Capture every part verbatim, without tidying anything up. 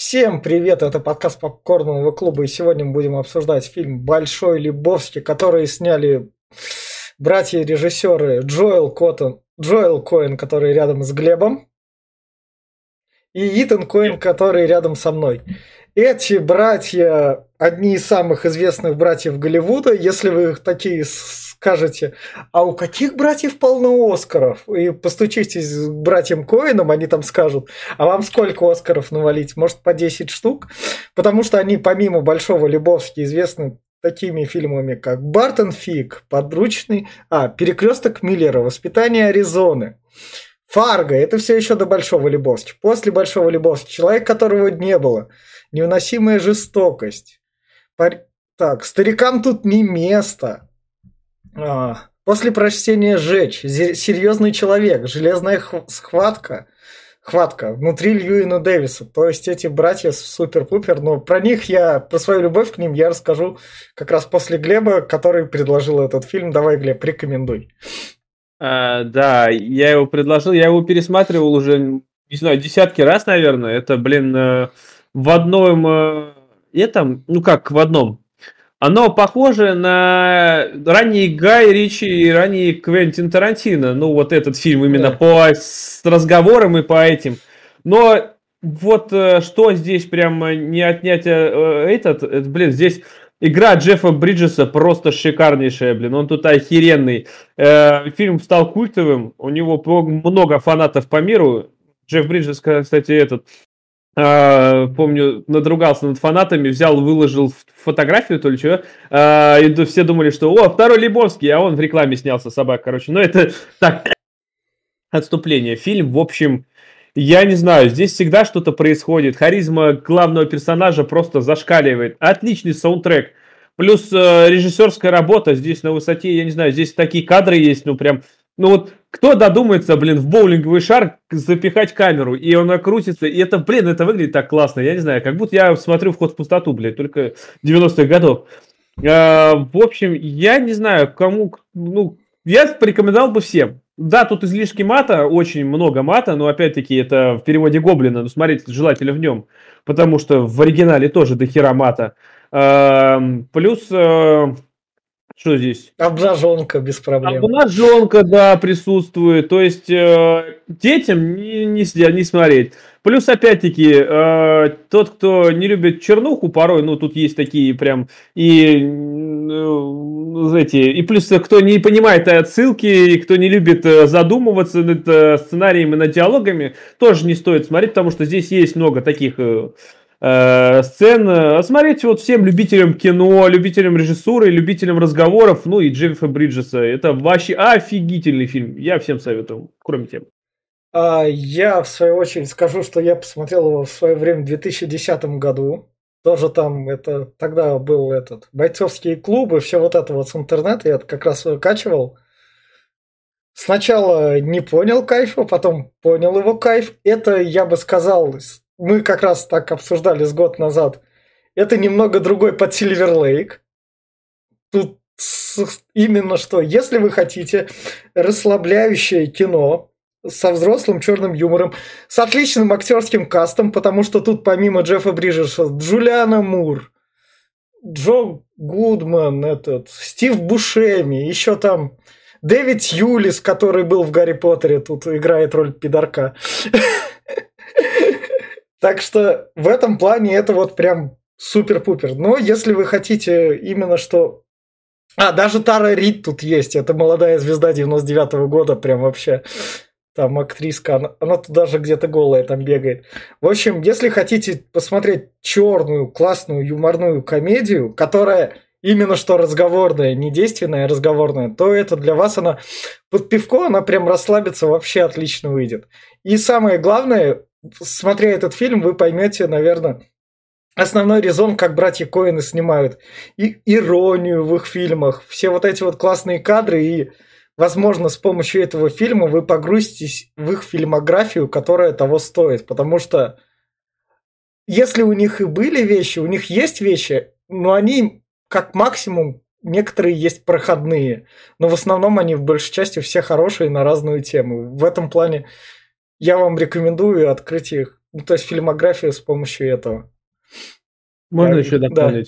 Всем привет, это подкаст Попкорнового клуба, и сегодня мы будем обсуждать фильм «Большой Лебовски», который сняли братья-режиссеры Джоэл Коттон, Джоэл Коэн, который рядом с Глебом, и Итан Коэн, который рядом со мной. Эти братья одни из самых известных братьев Голливуда. Если вы их такие скажете, а у каких братьев полно Оскаров? И постучитесь к братьям Коэнам, они там скажут, а вам сколько Оскаров навалить? Может, по десять штук? Потому что они помимо Большого Лебовски известны такими фильмами, как «Бартон Фиг», «Подручный», а, «Перекресток Миллера», «Воспитание Аризоны», «Фарго», это все еще до Большого Лебовски. После Большого Лебовски «Человек, которого не было», «Невыносимая жестокость». Пар... Так, «Старикам тут не место». А, после прочтения «Жечь», «Серьезный человек», «Железная схватка», «Хватка», внутри Льюина Дэвиса. То есть эти братья супер-пупер, но про них я, про свою любовь к ним я расскажу как раз после Глеба, который предложил этот фильм. Давай, Глеб, рекомендуй. А, да, я его предложил, я его пересматривал уже, не знаю, десятки раз, наверное. Это, блин, в одном, этом, ну как в одном, оно похоже на ранний Гай Ричи и ранний Квентин Тарантино. Ну, вот этот фильм именно да. по с разговорам и по этим. Но вот что здесь прям не отнять этот, блин, здесь игра Джеффа Бриджеса просто шикарнейшая, блин, он тут охеренный. Фильм стал культовым, у него много фанатов по миру. Джефф Бриджес, кстати, этот... Uh, помню, надругался над фанатами, взял, выложил фотографию, то ли что, uh, и все думали, что о, второй Лебовский, а он в рекламе снялся, собак, короче. Но это так, отступление. Фильм, в общем, я не знаю, здесь всегда что-то происходит. Харизма главного персонажа просто зашкаливает. Отличный саундтрек. Плюс uh, режиссерская работа здесь на высоте, я не знаю, здесь такие кадры есть, ну прям... Ну вот, кто додумается, блин, в боулинговый шар запихать камеру, и она крутится, и это, блин, это выглядит так классно, я не знаю, как будто я смотрю «Вход в пустоту», блин, только девяностых годов. А, в общем, я не знаю, кому, ну, я порекомендовал бы всем. Да, тут излишки мата, очень много мата, но опять-таки это в переводе Гоблина, но смотрите желательно в нем, потому что в оригинале тоже дохера мата. А, плюс... Что здесь? Обнаженка без проблем. Обнаженка, да, присутствует. То есть э, детям не, не, не смотреть. Плюс, опять-таки, э, тот, кто не любит чернуху, порой, ну, тут есть такие прям и э, эти, и плюс, кто не понимает отсылки, и кто не любит задумываться над э, сценариями, над диалогами, тоже не стоит смотреть, потому что здесь есть много таких... Э, сцен. Смотрите вот всем любителям кино, любителям режиссуры, любителям разговоров, ну и Джеффа Бриджеса. Это вообще офигительный фильм. Я всем советую, кроме тебя. А, я, в свою очередь, скажу, что я посмотрел его в свое время в две тысячи десятом году. Тоже там, это тогда был этот бойцовские клубы, все вот это вот с интернета я как раз выкачивал. Сначала не понял кайфа, потом понял его кайф. Это, я бы сказал... Мы как раз так обсуждали с год назад. Это немного другой под Silver Lake. Тут именно что, если вы хотите расслабляющее кино со взрослым черным юмором, с отличным актерским кастом, потому что тут помимо Джеффа Бриджеса Джулиана Мур, Джо Гудман, этот, Стив Бушеми, еще там Дэвид Юлис, который был в Гарри Поттере, тут играет роль пидорка. Так что в этом плане это вот прям супер-пупер. Но если вы хотите именно что... А, даже Тара Рид тут есть. Это молодая звезда девяносто девятого года. Прям вообще там актриска. Она, она тут даже где-то голая там бегает. В общем, если хотите посмотреть черную, классную, юморную комедию, которая именно что разговорная, не действенная, а разговорная, то это для вас она под пивко, она прям расслабиться вообще отлично выйдет. И самое главное... Смотря этот фильм, вы поймете, наверное, основной резон, как братья Коэны снимают. И иронию в их фильмах. Все вот эти вот классные кадры. И, возможно, с помощью этого фильма вы погрузитесь в их фильмографию, которая того стоит. Потому что если у них и были вещи, у них есть вещи, но они как максимум некоторые есть проходные. Но в основном они в большей части все хорошие на разную тему. В этом плане... Я вам рекомендую открыть их Ну, то есть фильмография с помощью этого. Можно Так, еще да. дополнить?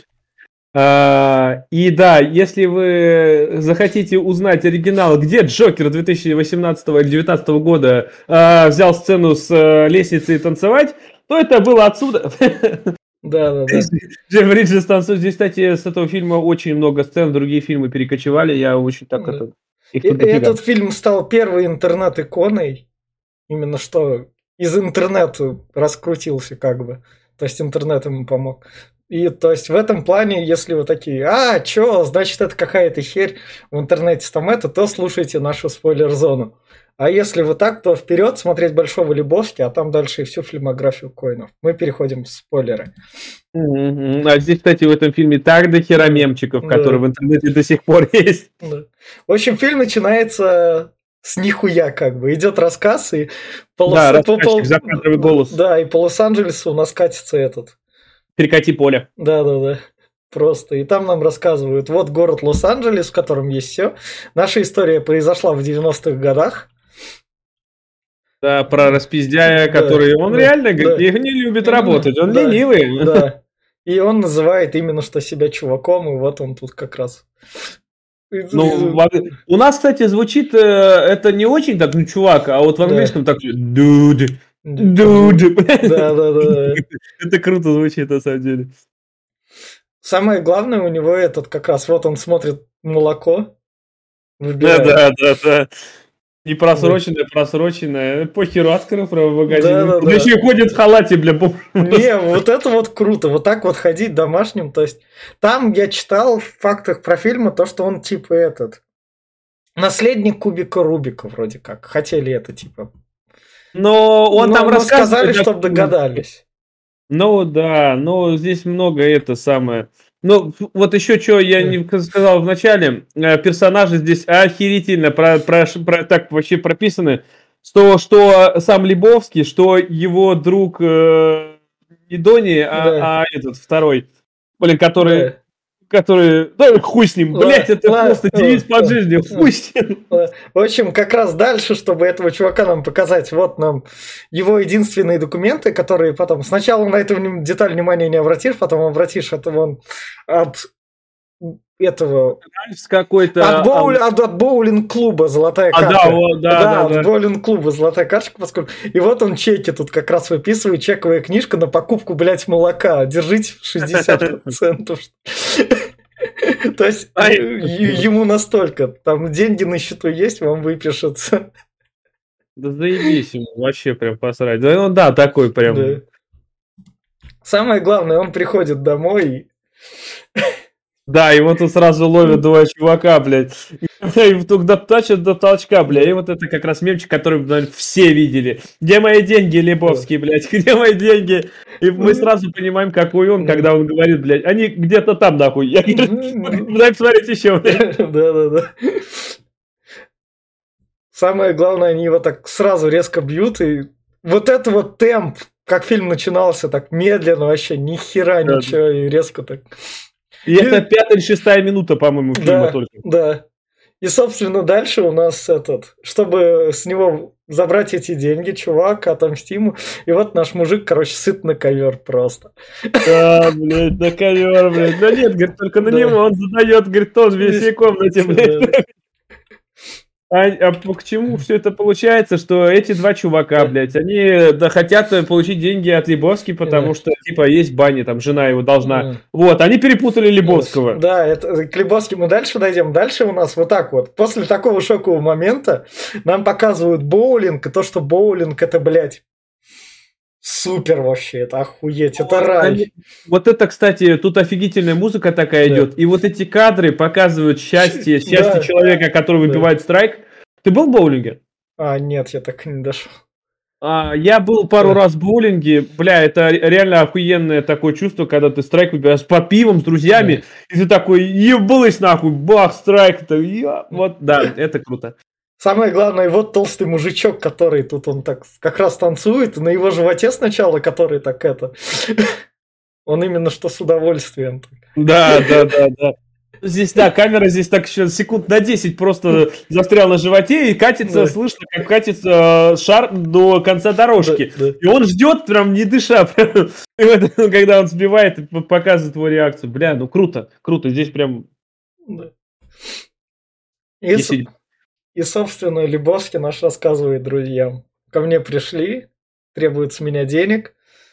А, и да, если вы захотите узнать оригинал, где Джокер две тысячи восемнадцатого или две тысячи девятнадцатого года а, взял сцену с а, лестницы и танцевать, то это было отсюда. Да, да, да. Джефф Бриджес танцует. Здесь, кстати, с этого фильма очень много сцен, другие фильмы перекочевали. Я очень так Да. это... их И, и тут дофига. этот фильм стал первой интернет-иконой. Именно что из интернета раскрутился как бы. То есть интернет ему помог. И то есть в этом плане, если вы такие, а, чё, значит это какая-то херь в интернете там это, то слушайте нашу спойлер-зону. А если вы так, то вперед смотреть Большого Лебовски, а там дальше и всю фильмографию Коэнов. Мы переходим в спойлеры. Мгм. А здесь, кстати, в этом фильме так до хера мемчиков, Да. которые в интернете до сих пор есть. Да. В общем, фильм начинается с нихуя как бы. Идет рассказ, и по, Да, Лос- по- рассказчик, по- закадровый голос. да, и по Лос-Анджелесу у нас катится этот. Перекати поле. Да, да, да. Просто. И там нам рассказывают, вот город Лос-Анджелес, в котором есть все. Наша история произошла в девяностых годах. Да, про распиздяя, Да, который... Он да, реально да. не, не любит Именно, работать, он да, ленивый. Да. И он называет именно что себя чуваком, и вот он тут как раз. Ну, в- у нас, кстати, звучит э, это не очень так, ну, чувак, а вот в Да. английском так, dude, dude. Да, да, да. Это круто звучит, на самом деле. Самое главное у него этот как раз, вот он смотрит молоко, Да, выбирает. да, да, да. Не просроченное, просроченное. Похеру открыл про магазин. Да, да, Он да. еще и ходит в халате, бля. по- Не, вот это вот круто, вот так вот ходить домашним, то есть там я читал в фактах про фильмы то, что он типа этот наследник кубика Рубика вроде как, хотели это типа. Но он Но- там но рассказывает... сказали, да, чтобы догадались. Ну да, но здесь много это самое. Ну, ф- вот еще что я не к- сказал в начале. э, Персонажи здесь охерительно про, про, ш- про- так вообще прописаны. Что, что сам Лебовский, что его друг э, не Дони, а, Да. а этот второй. Блин, который... Да. который... Да хуй с ним, Ла- блять, это ла- просто девиз ла- по жизни, хуй с ним. В общем, как раз дальше, чтобы этого чувака нам показать, вот нам его единственные документы, которые потом... Сначала на эту вни- деталь внимания не обратишь, потом обратишь, это вон от этого... С какой-то... От, боуль- от- от боулинг-клуба «Золотая А, карта». да, вот, да, да, от да. боулинг-клуба «Золотая карточка», поскольку... И вот он чеки тут как раз выписывает, чековая книжка на покупку, блядь, молока. Держите шестьдесят процентов. То есть Ай. е- ему настолько, там деньги на счету есть, вам выпишется. Да заебись ему, вообще прям посрать. Да, ну да, такой прям... Да. Самое главное, он приходит домой. Да, его тут сразу ловят два чувака, блядь. И вдруг дотачат до толчка, бля. И вот это как раз мемчик, который, наверное, все видели. Где мои деньги, Лебовский, блядь? Где мои деньги? И мы сразу понимаем, какой он, когда он говорит, блядь, они где-то там, нахуй. Я говорю, дай посмотреть еще, блядь. Да-да-да. Самое главное, они его так сразу резко бьют, и вот это вот темп, как фильм начинался, так медленно вообще, ни хера Да, ничего, и резко так. И это пятая или шестая минута, по-моему, фильма Да, только. да. И, собственно, дальше у нас этот, чтобы с него забрать эти деньги, чувак, отомсти ему. И вот наш мужик, короче, сыт на ковер просто. Да, блядь, на ковер, блядь. Да нет, говорит, только на Да. него он задает, говорит, тон в всей комнате, блядь. Да. А, а по- к чему все это получается, что эти два чувака, Да. блядь, они да, хотят получить деньги от Лебовски, потому Да. что, типа, есть баня, там, жена его должна. Да. Вот, они перепутали Лебовского. Да, это к Лебовски мы дальше дойдем. Дальше у нас вот так вот. После такого шокового момента нам показывают боулинг, и то, что боулинг это, блядь, супер вообще, это охуеть, это рай. Они- Вот это, кстати, тут офигительная музыка такая Да. идет. И вот эти кадры показывают счастье, Да. счастье человека, который Да. выбивает страйк. Ты был в боулинге? А, нет, я так и не дошел. А, я был пару Да. раз в боулинге. Бля, это реально охуенное такое чувство, когда ты страйк выбираешь под пивом с друзьями, и ты такой, ебалась нахуй, бах, страйк. это я- Вот, да, это круто. Самое главное, вот толстый мужичок, который тут он так как раз танцует, и на его животе сначала, который так это... Он именно что с удовольствием. Да, да, да, да. Здесь, да, камера здесь так еще секунд на десять просто застрял на животе, и катится, Да. слышно, как катится э, шар до конца дорожки. Да, да. И он ждет, прям не дыша, прям, и вот, когда он сбивает, и показывает его реакцию. Бля, ну круто, круто, здесь прям Да. И, с- десять. и, собственно, Лебовский наш рассказывает друзьям. Ко мне пришли, требуют с меня денег.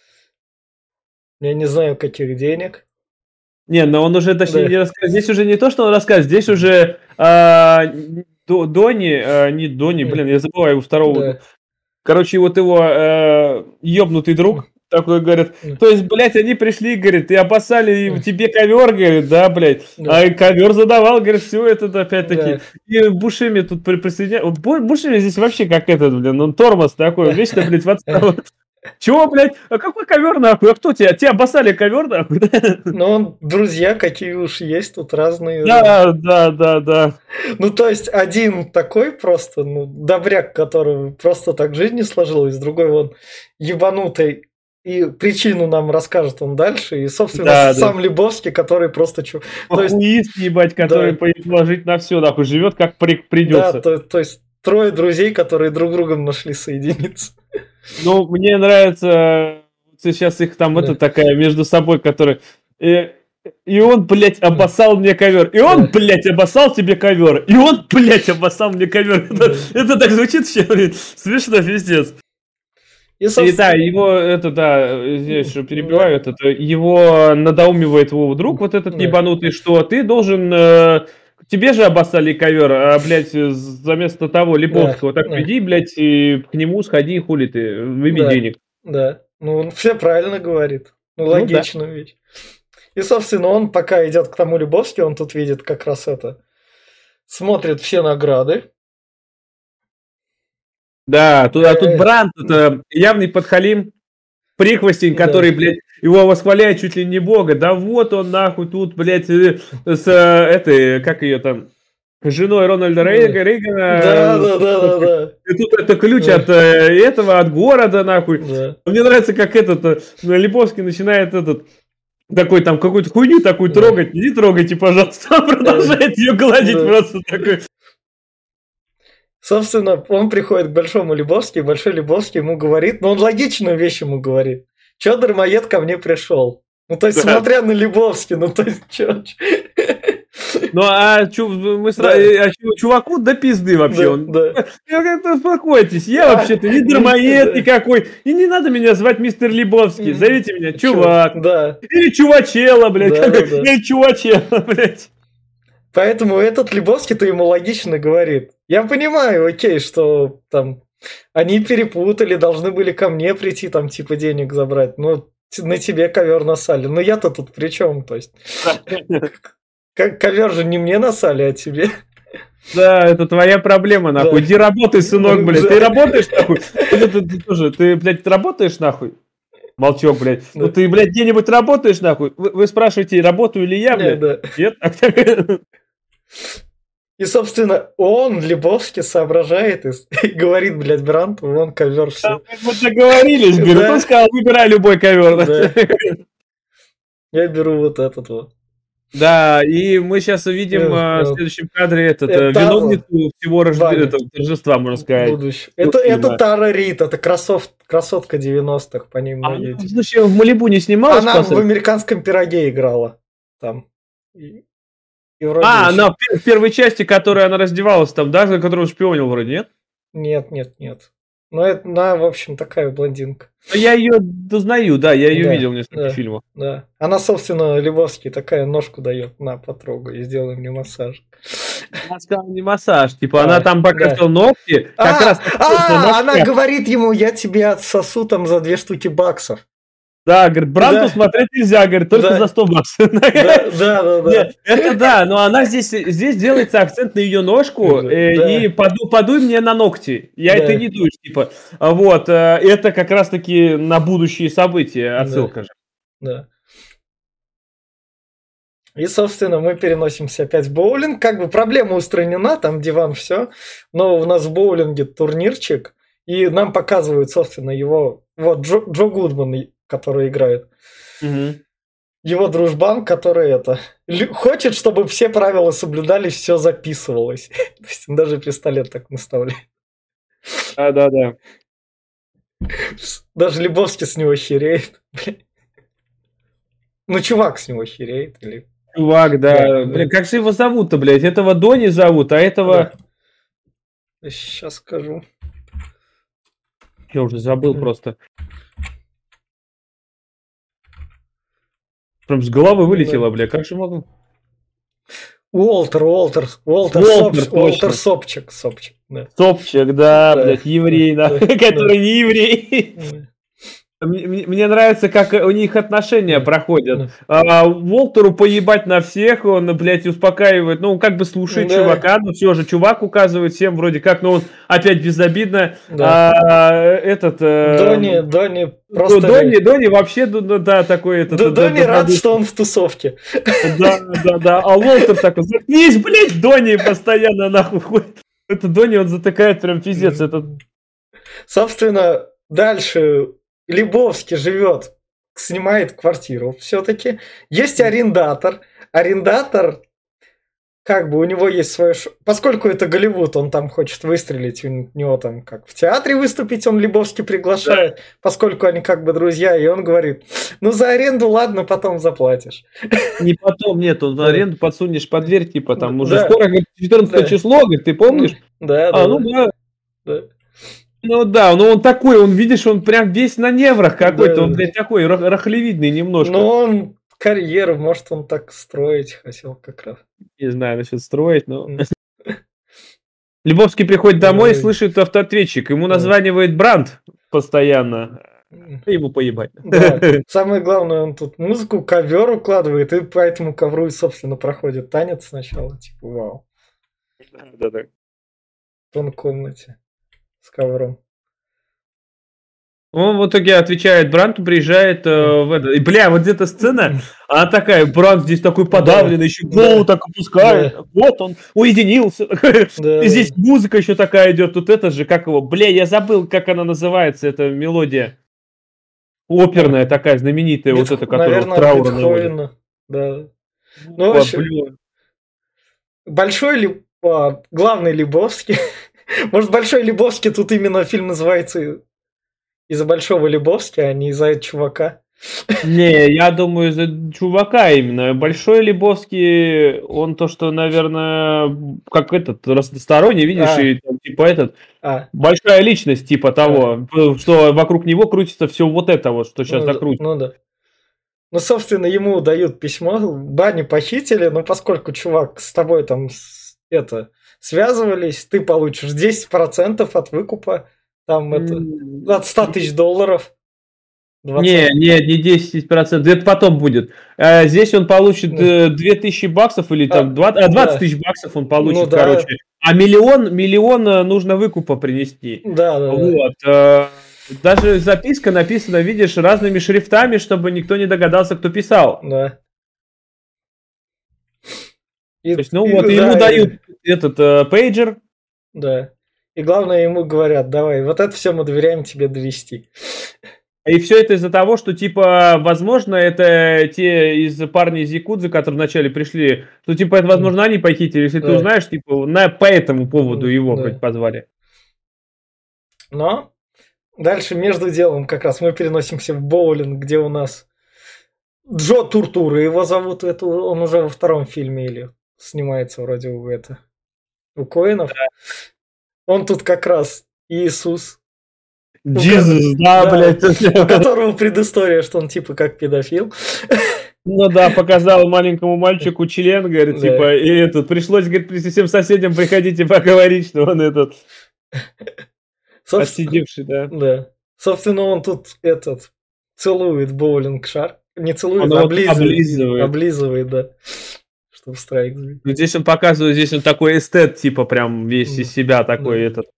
Я не знаю, каких денег. Не, но он уже, точнее, Да. не рассказывает. Здесь уже не то, что он рассказывает, здесь уже а, До- Дони, а, не Дони, блин, я забываю его второго. Да. Короче, вот его э, ёбнутый друг такой, говорит, Мгм. то есть, блядь, они пришли, говорит, и обоссали и Мгм. тебе ковер, говорит, да, блядь, Да. а ковер задавал, говорит, все это опять-таки. Да. И Бушеми тут при- присоединяет. Вот Бу- Бушеми здесь вообще как этот, блин, он тормоз такой, вечно, блядь, в отставку. Чего, блядь, а какой ковер, нахуй, а кто тебя, тебя обоссали ковер, нахуй, да? Ну, он, друзья, какие уж есть, тут разные. Да, да, да, да. Ну, то есть, один такой просто, ну, добряк, которого просто так жизнь не сложилась, другой он ебанутый, и причину нам расскажет он дальше, и, собственно, Да, да. сам Лебовский, который просто... чу- То есть, Охуист, ебать, который Да. положить на все, нахуй, живет как при- да, придется. то, то есть, трое друзей, которые друг другом нашли соединиться. Ну, мне нравится сейчас их там, Да. это такая между собой, которая... И, и он, блядь, обоссал мне ковер. И он, Да. блядь, обоссал тебе ковер. И он, блядь, обоссал мне ковер. Это, это так звучит, что, блин, смешно, пиздец. И, И собственно, да, его, это, да, здесь что перебиваю, это, это, его надоумивает его друг, вот этот Да. ебанутый, что ты должен... э, тебе же обоссали ковер, а, блядь, заместо того Лебовского, так да. иди, блядь, и к нему сходи, хули ты, выбей Да. денег. Да, ну он все правильно говорит. Ну, Ну да. логичную вещь. И, собственно, он пока идет к тому Лебовски, он тут видит как раз это. Смотрит все награды. Да, тут, а тут Э, Бранд, это явный подхалим, прихвостень, Да. который, блядь, его восхваляет чуть ли не бога. Да вот он, нахуй, тут, блядь, э, с э, этой, как ее там, женой Рональда Да. Рейга- Рейгана. Да, да, да, да, да. И тут это ключ Да. от э, этого, от города, нахуй. Да. Мне нравится, как этот, э, Лебовский начинает этот, такой там, какую-то хуйню такую Да. трогать. Не трогайте, пожалуйста. Он продолжает ее гладить Да. просто такой. Собственно, он приходит к Большому Лебовски, и Большой Лебовский ему говорит, но он логичную вещь ему говорит. Чё дармоед ко мне пришел? Ну, то есть, Да. смотря на Лебовски, ну, то есть, чё... Ну, а, чу, мы сра- Да. а чу- чуваку до пизды вообще. Да, Он... да. Я как-то успокойтесь, я А, вообще-то не ну, дармоед да. никакой. И не надо меня звать мистер Лебовский. Мгм. Зовите меня Чё? чувак. Да. Или чувачела, блядь. Да, как- да, да. Или чувачела, блядь. Поэтому этот Лебовский-то ему логично говорит. Я понимаю, окей, что там они перепутали, должны были ко мне прийти, там, типа, денег забрать. Ну, т- на тебе ковер насали. Но я-то тут при чем? То есть, к- ковер же не мне насали, а тебе. Да, это твоя проблема, нахуй. Да. Иди работай, сынок, блядь. Да. Ты работаешь, нахуй? Ты, ты- ты тоже, ты, блядь, работаешь, нахуй? Молчок, блядь. Ну Да. ты, блядь, где-нибудь работаешь, нахуй? Вы, вы спрашиваете, работаю ли я, Не, блядь? да. Нет? И, собственно, он, Лебовский, соображает и, с- и говорит, блядь, Бранту, вон ковер все. Мы договорились, говорит. Да. Он сказал, выбирай любой ковер. Да. Я беру вот этот вот. Да, и мы сейчас увидим Э, а, в э, следующем кадре этот, это э, виновницу всего рожде- Ваня. этого торжества, можно сказать. Будущее. Ну, Это, это фильма. Тара Рид, это красов- красотка девяностых, по ним А мы она, едем. слушай, в Малибу не снималась? Она по сути? в американском пироге играла там. И, и вроде А, еще- она в пер- в первой части, которой она раздевалась там, да, за которую он шпионил вроде, нет? Нет, нет, нет. Ну, это, она, в общем, такая блондинка. Ну, я ее дознаю, да, я ее Да, видел в нескольких да. фильмах. Да. Она, собственно, Лебовский такая ножку дает. На, потрогай, и сделай мне массаж. Она сказала не массаж, типа Да, она там покрасила ногти, как а, раз а, она говорит ему, я тебе отсосу там за две штуки баксов. да, говорит, Бранту Да. смотреть нельзя, говорит, только Да. за сто баксов. Да, да, да, да. Нет, это да, но она здесь, здесь делается акцент на ее ножку, Да. э, и поду- подуй мне на ногти. Я Да. это не дуешь, типа. А Вот, э, это как раз-таки на будущие события отсылка же. Да. И, собственно, мы переносимся опять в боулинг. Как бы проблема устранена, там диван, все. Но у нас в боулинге турнирчик. И нам показывают, собственно, его... Вот Джо, Джо Гудман, который играет. Мгм. его дружбан, который это хочет, чтобы все правила соблюдались, все записывалось. То есть он даже пистолет так наставляет. Да, да, да. Даже Лебовский с него хереет. Ну, чувак с него хереет. Или... Чувак, да. да Блин, да. Как же его зовут-то, блядь? Этого Дони зовут, а этого... Да. Сейчас скажу. Я уже забыл mm. просто. Прям с головы вылетело, да. бля. Как же могу? Уолтер, Уолтер, Уолтер, Уолтер, Соп... Уолтер Сопчик. Сопчик, да. Сопчик, да, да, блядь, еврей, да, да. который да. не еврей. Да. Мне, мне нравится, как у них отношения mm. проходят. Mm. А, Уолтеру поебать на всех, он, блядь, успокаивает. Ну, он как бы слушает mm. чувака, но все же чувак указывает всем вроде как, но он опять безобидно. Да. А, этот... Дони, э, Дони просто... Дони, Дони вообще, да, такой... Этот, Д- Дони да, рад, да, что он в тусовке. Да, да, да. А Уолтер такой, заткнись, блядь, Дони постоянно нахуй ходит. Это Дони, он затыкает прям пиздец. Mm. Этот... Собственно, дальше... Лебовский живет, снимает квартиру все-таки. Есть арендатор. Арендатор, как бы у него есть свое... Ш... Поскольку это Голливуд, он там хочет выстрелить, у него там как в театре выступить, он Лебовский приглашает, да. поскольку они как бы друзья, и он говорит, ну за аренду ладно, потом заплатишь. Не потом, нет, он за аренду подсунешь под дверь, типа там уже да. скоро, говорит, четырнадцатое да. число, говорит, ты помнишь? Да, а, да. ну да. да. Ну да, ну он такой, он, видишь, он прям весь на неврах какой-то, да. он, блядь, такой рахлевидный немножко. Ну он карьеру, может, он так строить хотел как раз. Не знаю, насчет строить, но... Лебовский приходит домой и слышит автоответчик, ему названивает Бранд постоянно, ему поебать. Да. Самое главное, он тут музыку, ковер укладывает, и по этому ковру, собственно, проходит танец сначала, типа, вау. Да-да. В той комнате. С ковром. Он в итоге отвечает Бранту, приезжает э, в это. И, бля, вот эта сцена, она такая, Брант здесь такой подавленный, да. еще голову да. так опускает. Да. Вот он уединился. Да. И здесь музыка еще такая идет. Тут это же, как его, бля, я забыл, как она называется, эта мелодия. Оперная да. такая знаменитая, Бит... вот эта, которая наверное, траур наводит. Да. Ну, О, вообще, большой ли... А, главный Лебовский... Может, Большой Лебовский, тут именно фильм называется из-за Большого Лебовски, а не из-за этого чувака. Не, я думаю, из-за чувака именно. Большой Лебовский, он то, что, наверное, как этот, разносторонний, видишь, а. и там, типа этот, а. большая личность, типа того, а. что вокруг него крутится все вот это вот, что сейчас ну, закрутится. Ну да. Ну, собственно, ему дают письмо, Бани похитили, но поскольку чувак с тобой там это... связывались, ты получишь десять процентов от выкупа, там это, от ста тысяч долларов. двадцать. Не, не, не десять процентов, это потом будет. А здесь он получит да. две тысячи баксов или там двадцать, двадцать тысяч баксов он получит, ну, да. короче. А миллион, миллион нужно выкупа принести. Да, да, вот. Да. Даже записка написана, видишь, разными шрифтами, чтобы никто не догадался, кто писал. Да. И, То есть, ну и, вот, да, ему и... дают этот э, пейджер. Да. И главное, ему говорят, давай, вот это все мы доверяем тебе довести. И все это из-за того, что, типа, возможно, это те из парней из Якудзы, которые вначале пришли, что, типа, это, возможно, они похитили, если да. ты узнаешь, типа, на, по этому поводу его да. хоть позвали. Но дальше между делом как раз мы переносимся в боулинг, где у нас Джо Туртура, его зовут, это он уже во втором фильме или снимается вроде у это у Коэнов. Да. Он тут как раз Иисус. Джизус, да, да, блядь. У которого предыстория, что он типа как педофил. Ну да, показал маленькому мальчику член, говорит, да. типа, и этот, пришлось, говорит, всем соседям приходите поговорить, что он этот, отсидевший, да. Да. Собственно, он тут этот, целует боулинг-шар. Не целует, он а облизывает. облизывает. Облизывает, да. Чтобы страйк сбить. Ну, здесь он показывает, здесь он такой эстет, типа, прям весь из себя такой, да. этот.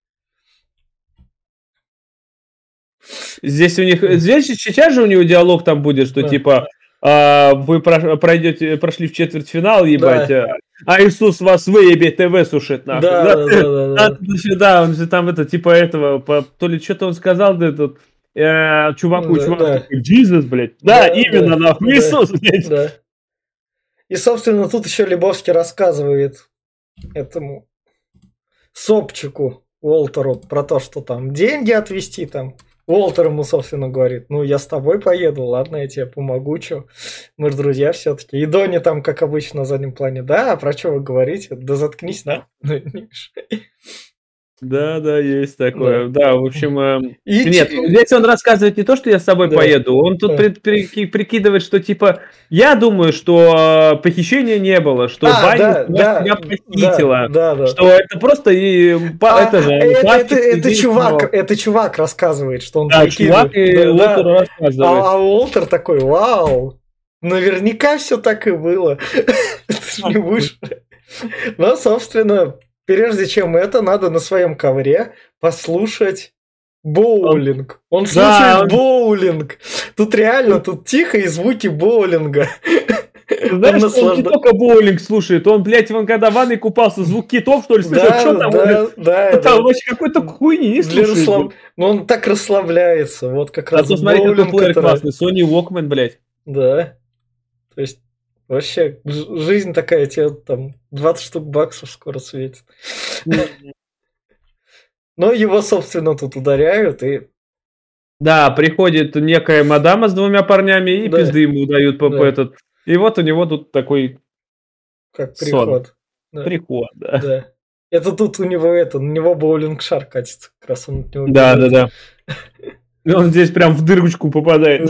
Здесь у них, здесь сейчас же у него диалог там будет, что да. типа а, вы пройдете, прошли в четвертьфинал, ебать, да. а Иисус вас выебет и высушит, нахуй. Да, да, да, да, да. да, да он же там это, типа этого, то ли что-то он сказал, да, этот, э, чуваку, Да, чувак да. такой, Jesus, блядь. Да, именно, нахуй, да, Иисус, блядь. да. И, собственно, тут еще Лебовский рассказывает этому сопчику Уолтеру про то, что там деньги отвезти там. Уолтер ему, собственно, говорит, ну, я с тобой поеду, ладно, я тебе помогу, чё. Мы же друзья все-таки. И Донни там, как обычно, на заднем плане. Да, а про что вы говорите? Да заткнись, на. Да, да, есть такое. Да, да в общем... Э... И Нет, ч... здесь он рассказывает не то, что я с тобой да. поеду, он тут да. при, при, прикидывает, что типа, я думаю, что похищения не было, что а, Банни да, да, меня похитила, да, да, да. что это просто и... А, это же... это, это, это, чувак, это чувак рассказывает, что он да, прикидывает. чувак и да, Уолтер да. рассказывает. А, а Уолтер такой, вау, наверняка все так и было. Ты не будешь... Но, собственно, прежде чем это, надо на своем ковре послушать боулинг. Он слушает да, он... боулинг. Тут реально, тут тихо и звуки боулинга. Знаешь, он, он не только боулинг слушает, он, блядь, он когда в ванной купался, звук китов, что ли, слышал, да, что там, да, блядь, да, там да. вообще какой-то хуйни не слушает. Расслаб... Ну, он так расслабляется, вот как раз. А то смотри, какой плеер который... классный, Sony Walkman, блядь. Да, то есть, вообще, жизнь такая, тебе там двадцать штук баксов скоро светит. Но его, собственно, тут ударяют, и... Да, приходит некая мадама с двумя парнями, и да. пизды ему дают по, да. по этот... И вот у него тут такой... Как приход. Да. Приход, да. да. Это тут у него это, на него боулинг-шар катится, как раз он от него Да, да, да. И он здесь прям в дырочку попадает.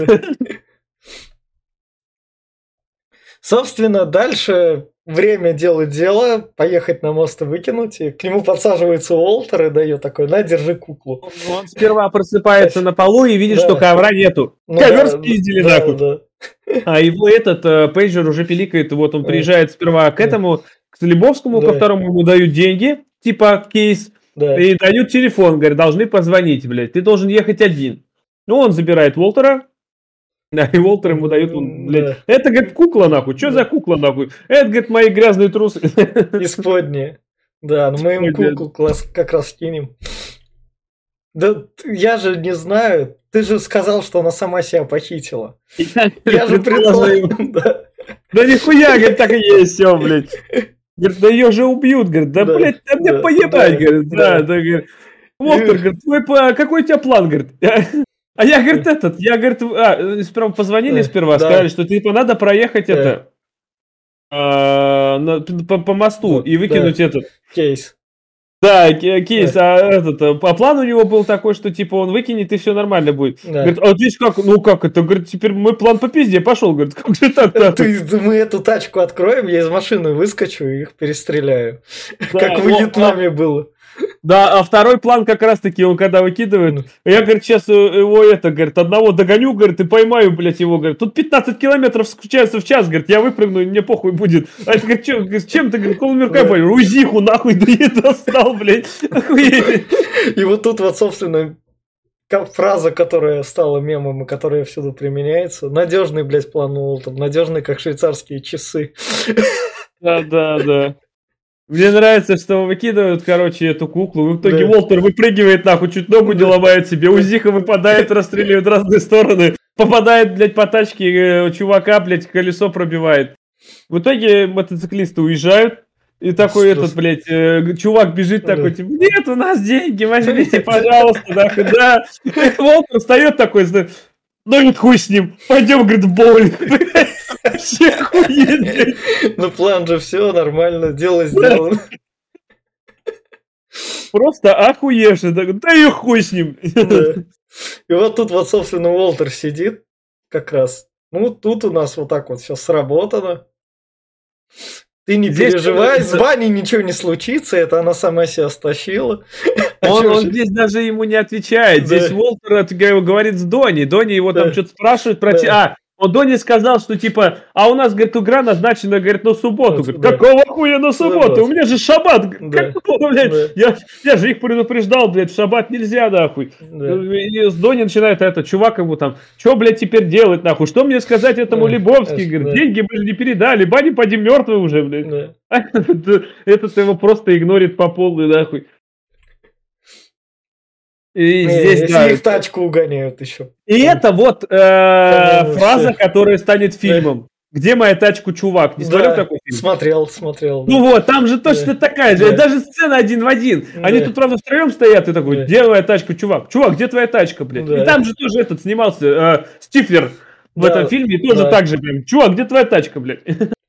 Собственно, дальше время делать дело, поехать на мост и выкинуть. И к нему подсаживается Уолтер и дает такой, на, держи куклу. Он сперва просыпается на полу и видит, да. что ковра нету. Ну, ковер да, спиздили, да, нахуй. Да. А его этот э, пейджер уже пиликает, вот он приезжает сперва к этому, к Лебовскому, да. которому ему дают деньги, типа кейс, да. и дают телефон, говорят, должны позвонить, блядь, ты должен ехать один. Ну, он забирает Уолтера. Да, и Уолтер ему дают, блядь, да. это, говорит, кукла, нахуй, что да. за кукла, нахуй? Это, говорит, мои грязные трусы. Исподние. Да, ну мы им куклу класс, как раз кинем. Да я же не знаю, ты же сказал, что она сама себя похитила. Я, я же предположил. Да. да нихуя, говорит, так и есть, все, блядь. Говорит, да ее же убьют, говорит, да, да блядь, да мне да, поебать, да, говорит, да, да, да, говорит. Уолтер, говорит, твой, какой у тебя план, говорит? А я, говорит, этот, я, говорит, а, сперва позвонили сперва, да. сказали, что типа надо проехать да. это а, на, по, по мосту да. и выкинуть да. этот кейс. Да, кейс, да. а этот, а план у него был такой, что типа он выкинет и все нормально будет. Да. Говорит, а здесь как, ну как это, говорит, теперь мой план по пизде пошел, говорит, как же так-то? Мы эту тачку откроем, я из машины выскочу и их перестреляю, да, как в Вьетнаме было. Да, а второй план как раз-таки, он когда выкидывает, я, говорит, сейчас его это, говорит, одного догоню, говорит, и поймаю, блядь, его, говорит, тут пятнадцать километров скучается в час, говорит, я выпрыгну, и мне похуй будет. А это, говорит, что, говорит, чем ты, говорит, колмерка, да. Уйзиху нахуй, да и достал, блядь, охуеть. И вот тут вот, собственно, фраза, которая стала мемом и которая всюду применяется, надежный, блядь, план Уолтер, надежный, как швейцарские часы. Да, да, да. Мне нравится, что выкидывают, короче, эту куклу. В итоге да. Уолтер выпрыгивает, нахуй, чуть ногу не ломает себе. Узиха выпадает, расстреливает в разные стороны. Попадает, блядь, по тачке чувака, блядь, колесо пробивает. В итоге мотоциклисты уезжают. И такой что? Этот, блядь, э, чувак бежит да. такой, типа, нет, у нас деньги, возьмите, пожалуйста. Нахуй, да. Уолтер встает такой, ну нет, хуй с ним, пойдем, говорит, в боулинг. Вообще охуеть. Ну план же все нормально, дело сделано. Просто охуевший, да и хуй с ним. Да. И вот тут вот, собственно, Уолтер сидит как раз. Ну, тут у нас вот так вот все сработано. Ты не здесь переживай, с Баней ничего не случится, это она сама себя стащила. Он, он здесь даже ему не отвечает. Да. Здесь Уолтер говорит с Донни. Донни его да. там что-то спрашивает про... Да. А, он Донни сказал, что типа, а у нас, говорит, игра назначена, говорит, на субботу. Говорит, да. Какого хуя на субботу? Да. У меня же шаббат. Да. Какого, блядь? Да. Я, я же их предупреждал, блядь, в шаббат нельзя, нахуй. Да. И с Донни начинает это, чувак ему там, что, блядь, теперь делать, нахуй? Что мне сказать этому да. Лебовски? Говорит, да. деньги мы же не передали, Банни поди мертвый уже, блядь. Да. Этот его просто игнорит по полной, нахуй. И Не, здесь, если да. их тачку угоняют еще. И Там, это вот э, фраза, все. которая станет фильмом. Где моя тачка, чувак? Не смотрел Да, такой фильм? смотрел, смотрел. Да. Ну вот, там же точно Да. такая же. Да. Даже сцена один в один. Они Да. тут, правда, втроем стоят, и такой, Да. где моя тачка, чувак? Чувак, где твоя тачка, блядь? Да. И там же тоже этот снимался, э, Стифлер в Да, этом фильме, и тоже да. так же, прям, чувак, где твоя тачка, блядь?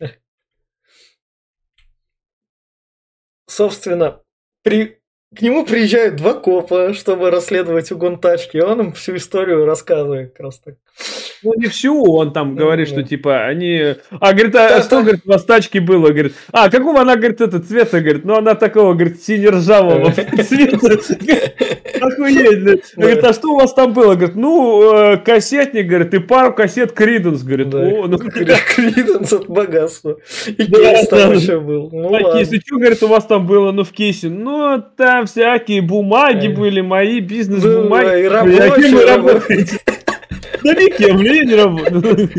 Собственно, при... к нему приезжают два копа, чтобы расследовать угон тачки, и он им всю историю рассказывает как раз так. Ну, не всю, он там говорит, Ну, что да. типа они... А, говорит, а Да, что, да. говорит, у вас тачки было? Говорит, а, какого она, говорит, это цвета, говорит, ну, она такого, говорит, сине-ржавого цвета. Охуеть, блядь. Говорит, а что у вас там было? Говорит, ну, э, кассетник, говорит, и пару кассет Криденс, говорит. Да. О, ну, Криденс от богатства. И Да, кейс там да. еще был. Ну а кейсы, ладно. что, говорит, у вас там было, ну, в кейсе? Ну, там всякие бумаги Ай. были, мои Да, бизнес-бумаги. и Бля, кем вы рабочие, работаете? Да никем, бля, я не работаю.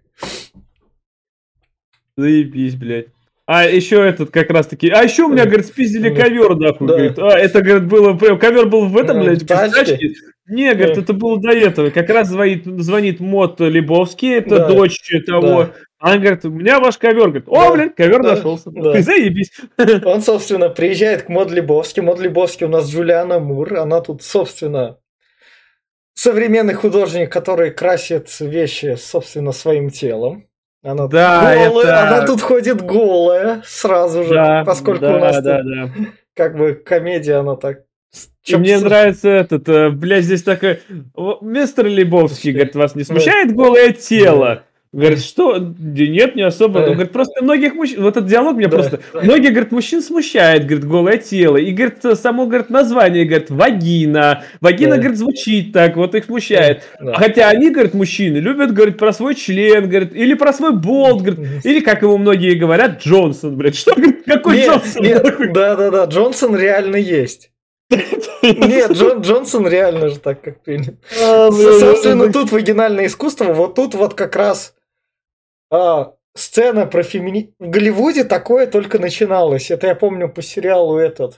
Заебись, блядь. А еще этот как раз таки. А еще у меня, говорит, спиздили Да. ковер, нахуй. Да. Говорит, а, это, говорит, было. прям- Ковер был в этом, Ну, блядь, в в тачке. тачке. Не, говорит, Да. это было до этого. Как раз звонит, звонит Мот Лебовский, это Да. дочь того. Да. Она говорит, у меня ваш ковер. Говорит, о, Да. блядь, ковер Да. нашелся. Да. Ты заебись. Он, собственно, приезжает к Мод Лебовски. Мод Лебовски у нас Джулиана Мур. Она тут, собственно, современный художник, который красит вещи, собственно, своим телом. Она Да, голая, это- она тут ходит голая сразу же, Да, поскольку да, у нас да, тут да. как бы комедия, она так... И мне нравится этот, э, блядь, здесь такой, «О, мистер Лебовский, говорит, вас не смущает голое тело? Говорит, что? Да нет, не особо. Да. Ну, говорит, просто многих мужчин, вот этот диалог меня Да. просто, многих, говорит, мужчин смущает, говорит, голое тело. И, говорит, само, говорит, название, говорит, вагина. Вагина, Да. говорит, звучит так, вот их смущает. Да. А хотя они, говорит, мужчины, любят, говорит, про свой член, говорит, или про свой болт, говорит, или, как его многие говорят, Джонсон, блядь. Что, говорит, какой Нет, Джонсон? нет, да-да-да, Джонсон реально есть. Нет, Джон, Джонсон реально же так, как принято. А, блядь, Собственно, это- тут вагинальное искусство, вот тут вот как раз а, сцена про фемини... В Голливуде такое только начиналось. Это я помню по сериалу этот.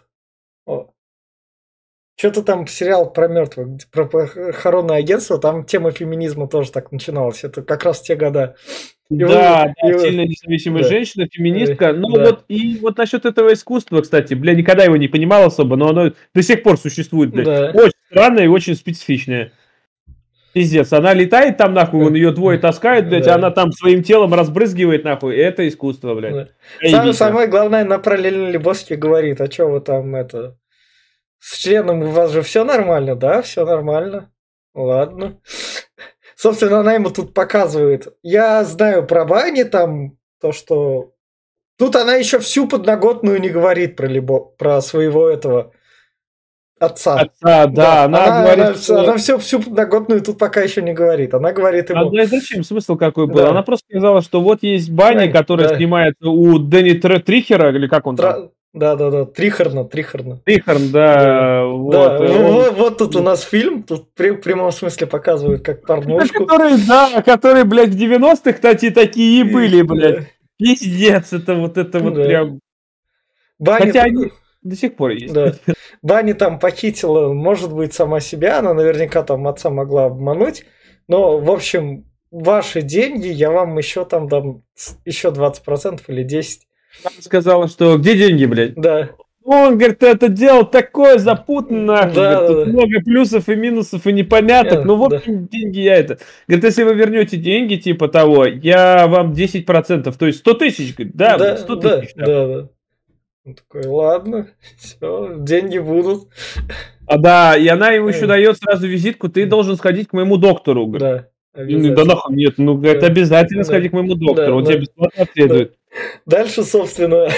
Что-то там сериал про мертвых, где- про похоронное агентство, там тема феминизма тоже так начиналась. Это как раз те года. И Да, вы- да, и вы- сильная независимая да. женщина, феминистка. Ну Да. вот, и вот насчет этого искусства, кстати, бля, никогда его не понимал особо, но оно до сих пор существует, блядь. Да. Очень странное и очень специфичное. Пиздец, она летает там, нахуй, он ее двое таскают, блядь, Да. а она там своим телом разбрызгивает, нахуй, и это искусство, блядь. Да. Заебись, Сам- самое главное, на параллельно Лебовский говорит, а что вы там это... С членом у вас же все нормально, да? Все нормально. Ладно. Собственно, она ему тут показывает. Я знаю про Бани там, то, что... Тут она еще всю подноготную не говорит про, Лебо... про своего этого отца. Отца, да, она, она, говорит, она, что... она все, всю подноготную тут пока еще не говорит. Она говорит А ему... да и зачем? Смысл какой был? Да. Она просто сказала, что вот есть Банни, Да, который да. снимается у Дэнни Тр- Трихера, или как он там? Тра- Да-да-да, Трихорна, Трихорна. Трихерн, да, вот. Да, и он- вот, вот тут у нас фильм, тут при- в прямом смысле показывают как порнушку. Которые, да, которые, блядь, в девяностых, кстати, такие и были, блядь. Да. Пиздец, это вот это вот Да. прям... Банни, Хотя они до сих пор есть. да. Банни там похитила, может быть, сама себя, она наверняка там отца могла обмануть, но, в общем, ваши деньги, я вам еще там дам еще двадцать процентов или десять процентов. Она сказала, что где деньги, блядь? Да, Он, говорит, это дело такое запутанное, Да, говорит, да, тут да. много плюсов и минусов и непоняток, Э, ну, в да. общем, деньги я это. Говорит, если вы вернете деньги, типа того, я вам десять процентов, то есть сто тысяч, говорит, да, да, блядь, сто да, тысяч. да, да. да. Он такой, ладно, все, деньги будут. А да, и она ему еще Э. дает сразу визитку, ты должен сходить к моему доктору, говорит. Да, И, ну, да обязательно. нахуй нет, ну, говорит, Да. обязательно Да. сходи к моему доктору, Да, он да. тебя бесплатно обследует. Дальше, собственно,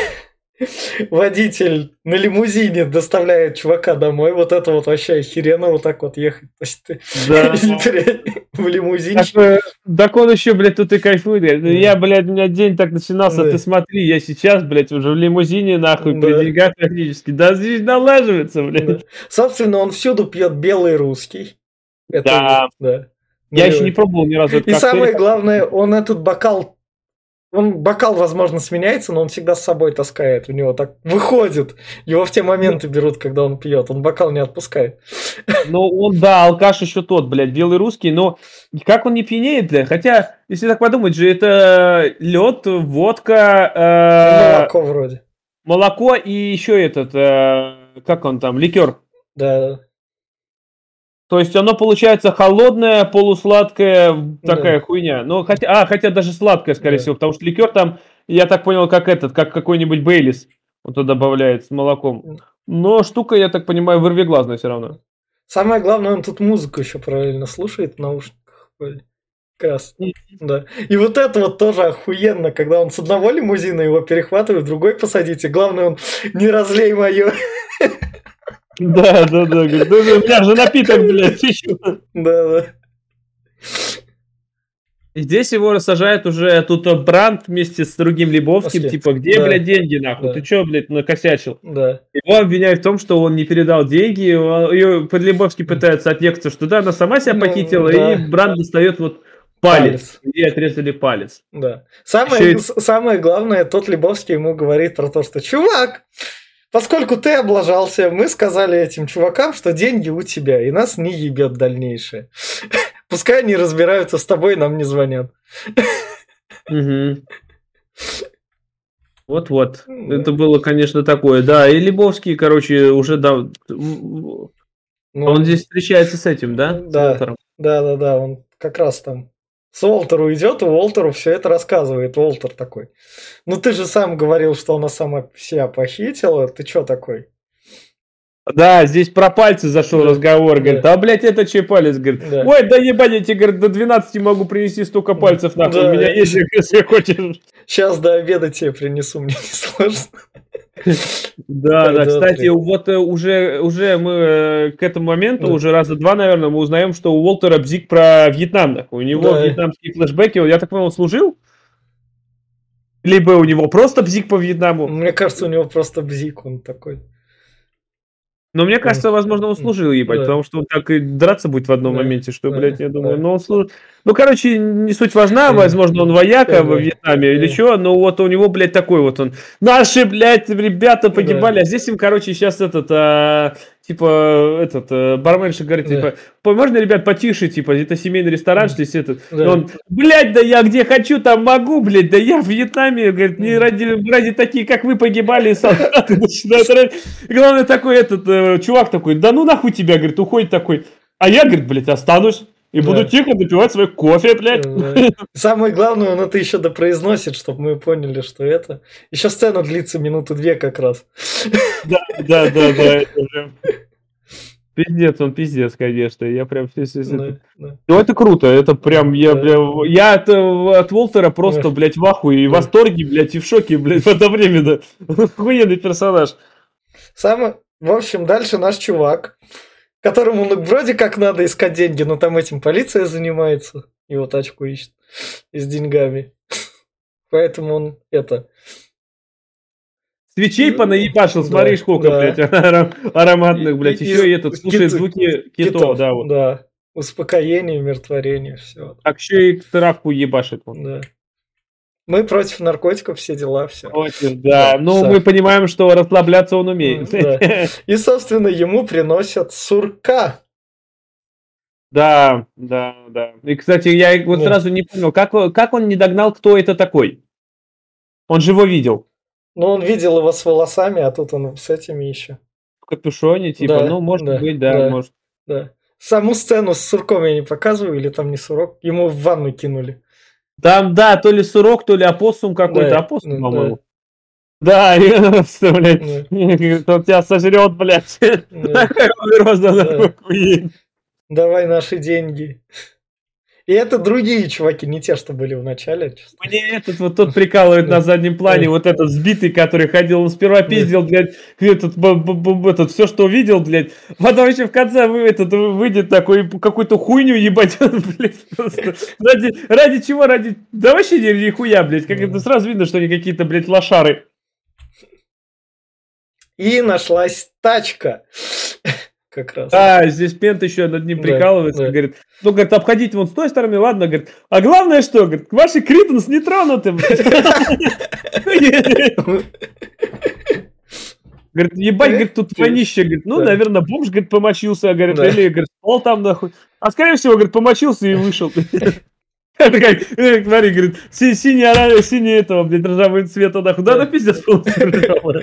водитель на лимузине доставляет чувака домой. Вот это вот вообще охеренно вот так вот ехать. То есть ты Да. в лимузинчик. Так, э, так он еще, блядь, тут и кайфует. Говорит, ну, я, блядь, у меня день так начинался, Да. ты смотри, я сейчас, блядь, уже в лимузине, нахуй, Да. при деньгах практически. Да, здесь налаживается, блядь. Да. Собственно, он всюду пьет белый русский. Это, Да. да. Я Ну, еще не пробовал ни разу этот И коктейль. самое главное, он этот бокал Он бокал, возможно, сменяется, но он всегда с собой таскает. У него так выходит. Его в те моменты берут, когда он пьет. Он бокал не отпускает. Ну, он, да, алкаш еще тот, блядь, белый русский, но как он не пьянеет, блядь? Хотя, если так подумать же, это лед, водка... Э, молоко вроде. Молоко и еще этот, э, как он там, ликер. Да. То есть оно получается холодное, полусладкое, такая да. хуйня. Ну, хотя, а, хотя даже сладкое, скорее да. всего, потому что ликер там, я так понял, как этот, как какой-нибудь Бейлис, он туда добавляет с молоком. Но штука, я так понимаю, вырвиглазная все равно. Самое главное, он тут музыку еще правильно слушает в наушниках. Как раз. Mm-hmm. Да. И вот это вот тоже охуенно, когда он с одного лимузина его перехватывает, другой посадите. Главное, он не разлей мое. Да, да, да. Говорит, у меня же напиток, блядь, еще. Да, да. И здесь его рассажает уже тут Бранд вместе с другим Лебовским, После. типа, где, да. блядь, деньги, нахуй? Да. Ты чё, блядь, накосячил? Да. Его обвиняют в том, что он не передал деньги, ее под Лебовский пытается отъехаться, что да, она сама себя ну, похитила, да. и Бранд достает вот палец, палец. И отрезали палец. Да. Самое, Еще... самое главное, тот Лебовский ему говорит про то, что чувак, поскольку ты облажался, мы сказали этим чувакам, что деньги у тебя, и нас не ебет дальнейшее. Пускай они разбираются с тобой, нам не звонят. Угу. Вот-вот. Да. Это было, конечно, такое. Да, и Лебовский, короче, уже да. Ну, он здесь встречается с этим, да? Да, да, да, да. Он как раз там с Уолтеру идет, и Уолтеру все это рассказывает. Уолтер такой. Ну ты же сам говорил, что она сама себя похитила. Ты что такой? Да, здесь про пальцы зашел да. разговор, говорит, да. а, блядь, это чей палец, говорит, да. ой, да ебать, я тебе, говорит, до двенадцати могу принести столько пальцев, нахуй, да. у меня есть, если хочешь. Сейчас до обеда тебе принесу, мне не сложно. Да, да, кстати, вот уже, уже мы к этому моменту, уже раза два, наверное, мы узнаем, что у Уолтера бзик про Вьетнам, у него вьетнамские флешбеки, я так понял, он служил? Либо у него просто бзик по Вьетнаму? Мне кажется, у него просто бзик, он такой... Но мне кажется, возможно, он служил, ебать, да. потому что он так и драться будет в одном да. моменте, что, да. блядь, я думаю, да. но он служил. Ну, короче, не суть важна, возможно, он вояка да. во Вьетнаме да. или что, но вот у него, блядь, такой вот он. Наши, блядь, ребята погибали, да. а здесь им, короче, сейчас этот, а, типа, этот, а, барменша говорит, да. типа, можно, ребят, потише, типа, это семейный ресторан, что здесь этот. Да. И он, блядь, да я где хочу, там могу, блядь, да я в Вьетнаме, говорит, не ради, ради такие, как вы, погибали, солдаты начинают. Главное, такой этот, чувак такой, да ну нахуй тебя, говорит, уходит такой. А я, говорит, блядь, останусь. И да. буду тихо допивать свой кофе, блядь. Да. Самое главное, он это еще допроизносит, чтобы мы поняли, что это. Еще сцена длится минуты две как раз. Да, да, да, да. Это прям... Пиздец, он пиздец, конечно. Я прям все, все, все. Да, да. Ну это круто, это прям, я да. прям, я от, от Уолтера просто, да. блядь, в ахуе и в восторге, блядь, и в шоке, блядь, одновременно. Охуенный персонаж. Самое, в общем, дальше наш чувак, которому ну, вроде как надо искать деньги, но там этим полиция занимается, его тачку ищет и с деньгами. Поэтому он это... Свечей понаебашил, смотри, да, сколько, да. блядь, аром, ароматных, блядь, и, еще и, и этот, слушает кит... звуки китов, китов, да, вот. Да, успокоение, умиротворение, все. Так еще и травку ебашит. Он. Да. Мы против наркотиков, все дела, все. Против, да, да ну все. Мы понимаем, что расслабляться он умеет. Да. И, собственно, ему приносят сурка. Да, да, да. И, кстати, я вот да. сразу не понял, как, как он не догнал, кто это такой? Он же его видел. Ну, он видел его с волосами, а тут он с этими еще. В капюшоне, типа, да, ну, может да, быть, да, да, может. Да. Саму сцену с сурком я не показываю, или там не сурок, ему в ванну кинули. Там, да, то ли сурок, то ли опоссум какой-то, да, опоссум, да, по-моему. Да, да что, блядь, да. Он тебя сожрет, блядь. Да. Такая угроза, да. Давай наши деньги. И это другие чуваки, не те, что были в начале. Мне этот вот тот прикалывает да. на заднем плане, да. вот этот сбитый, который ходил, он сперва пиздил, блядь, этот, этот, все, что увидел, блядь, потом еще в конце этот, выйдет такой, какую-то хуйню ебать, блядь, просто. Ради, ради чего, ради, да вообще ни, ни хуя, блядь, как это сразу видно, что они какие-то, блядь, лошары. И нашлась тачка. как раз. А, здесь Пент еще над ним Да, прикалывается, да. говорит, ну, говорит, обходите вон с той стороны, ладно, говорит, а главное что, говорит, ваши Критонс не тронуты, блядь. Говорит, ебать, говорит, тут вонище, говорит, ну, Да. наверное, бомж, говорит, помочился, говорит, Да. или, говорит, спал там, нахуй. А скорее всего, говорит, помочился и вышел. Такая, э, смотри, говорит, си- синий, оранжевый, синий этого, блядь, ржавый цвета, нахуй. Да, Да. ну пиздец полностью ржавый.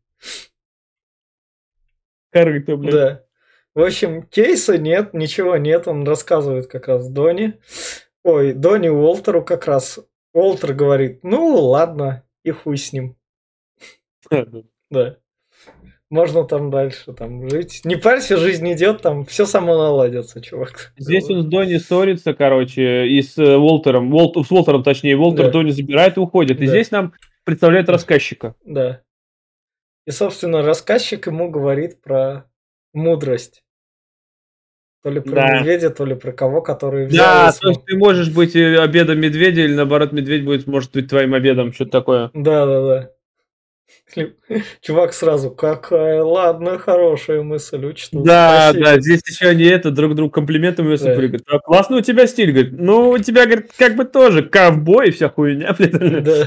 Корыто, блядь. Да. В общем, кейса нет, ничего нет. Он рассказывает как раз Дони. Ой, Дони Уолтеру как раз. Уолтер говорит, ну ладно, и хуй с ним. Да. Можно там дальше там жить. Не парься, жизнь идет, там все само наладится, чувак. Здесь он с Дони ссорится, короче, и с э, Уолтером, Уолт- с Уолтером, точнее, Уолтер Да. Дони забирает и уходит. И Да. здесь нам представляет рассказчика. Да. И, собственно, рассказчик ему говорит про мудрость. То ли про Да. медведя, то ли про кого, который взял Да, и то есть смог- ты можешь быть э, обедом медведя, или наоборот, медведь будет, может быть, твоим обедом, что-то такое. Да, да, да. Чувак сразу, какая, ладно, хорошая мысль, учту. Да, спасибо». да, здесь еще они это, друг другу комплиментами высыпали. Да. Говорят, а классный у тебя стиль, говорит. Ну, у тебя, говорит, как бы тоже ковбой и вся хуйня, блин. Да.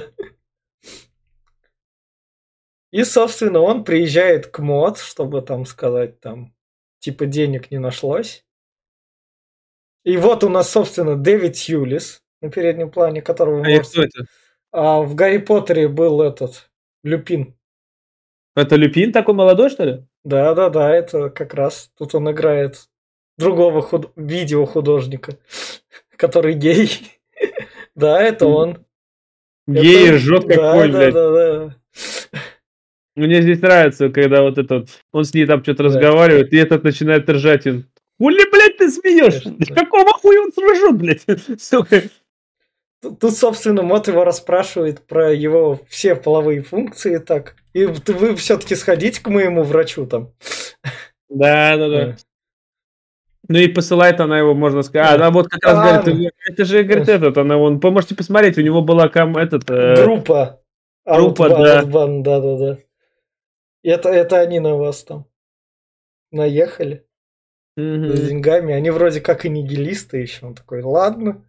И, собственно, он приезжает к Мод, чтобы там сказать, там, типа, денег не нашлось. И вот у нас, собственно, Дэвид Хьюлис на переднем плане, которого вы А и можете- кто это? А в Гарри Поттере был этот, Люпин. Это Люпин такой молодой, что ли? Да-да-да, это как раз тут он играет другого худ- видеохудожника, который гей. Да, это он. Гей Это- ржет как да, конь, да, блядь. да, да. Мне здесь нравится, когда вот этот, он с ней там что-то Да. разговаривает, и этот начинает ржать. И... Хули, блядь, ты смеешься? Конечно, да. Какого хуя он ржет, блядь? Сука. Тут, тут, собственно, Мот его расспрашивает про его все половые функции так. И вот вы все-таки сходите к моему врачу там. Да, да, да. Да. Ну и посылает она его, можно сказать. А, Да. она вот как раз А, говорит, это же, говорит, этот, она, вон, вы можете посмотреть, у него была кам, этот... э, Группа. группа, Outbound, да. Outbound, да-да-да. Это, это они на вас там наехали мгм. с деньгами. Они вроде как и нигилисты еще. Он такой, ладно.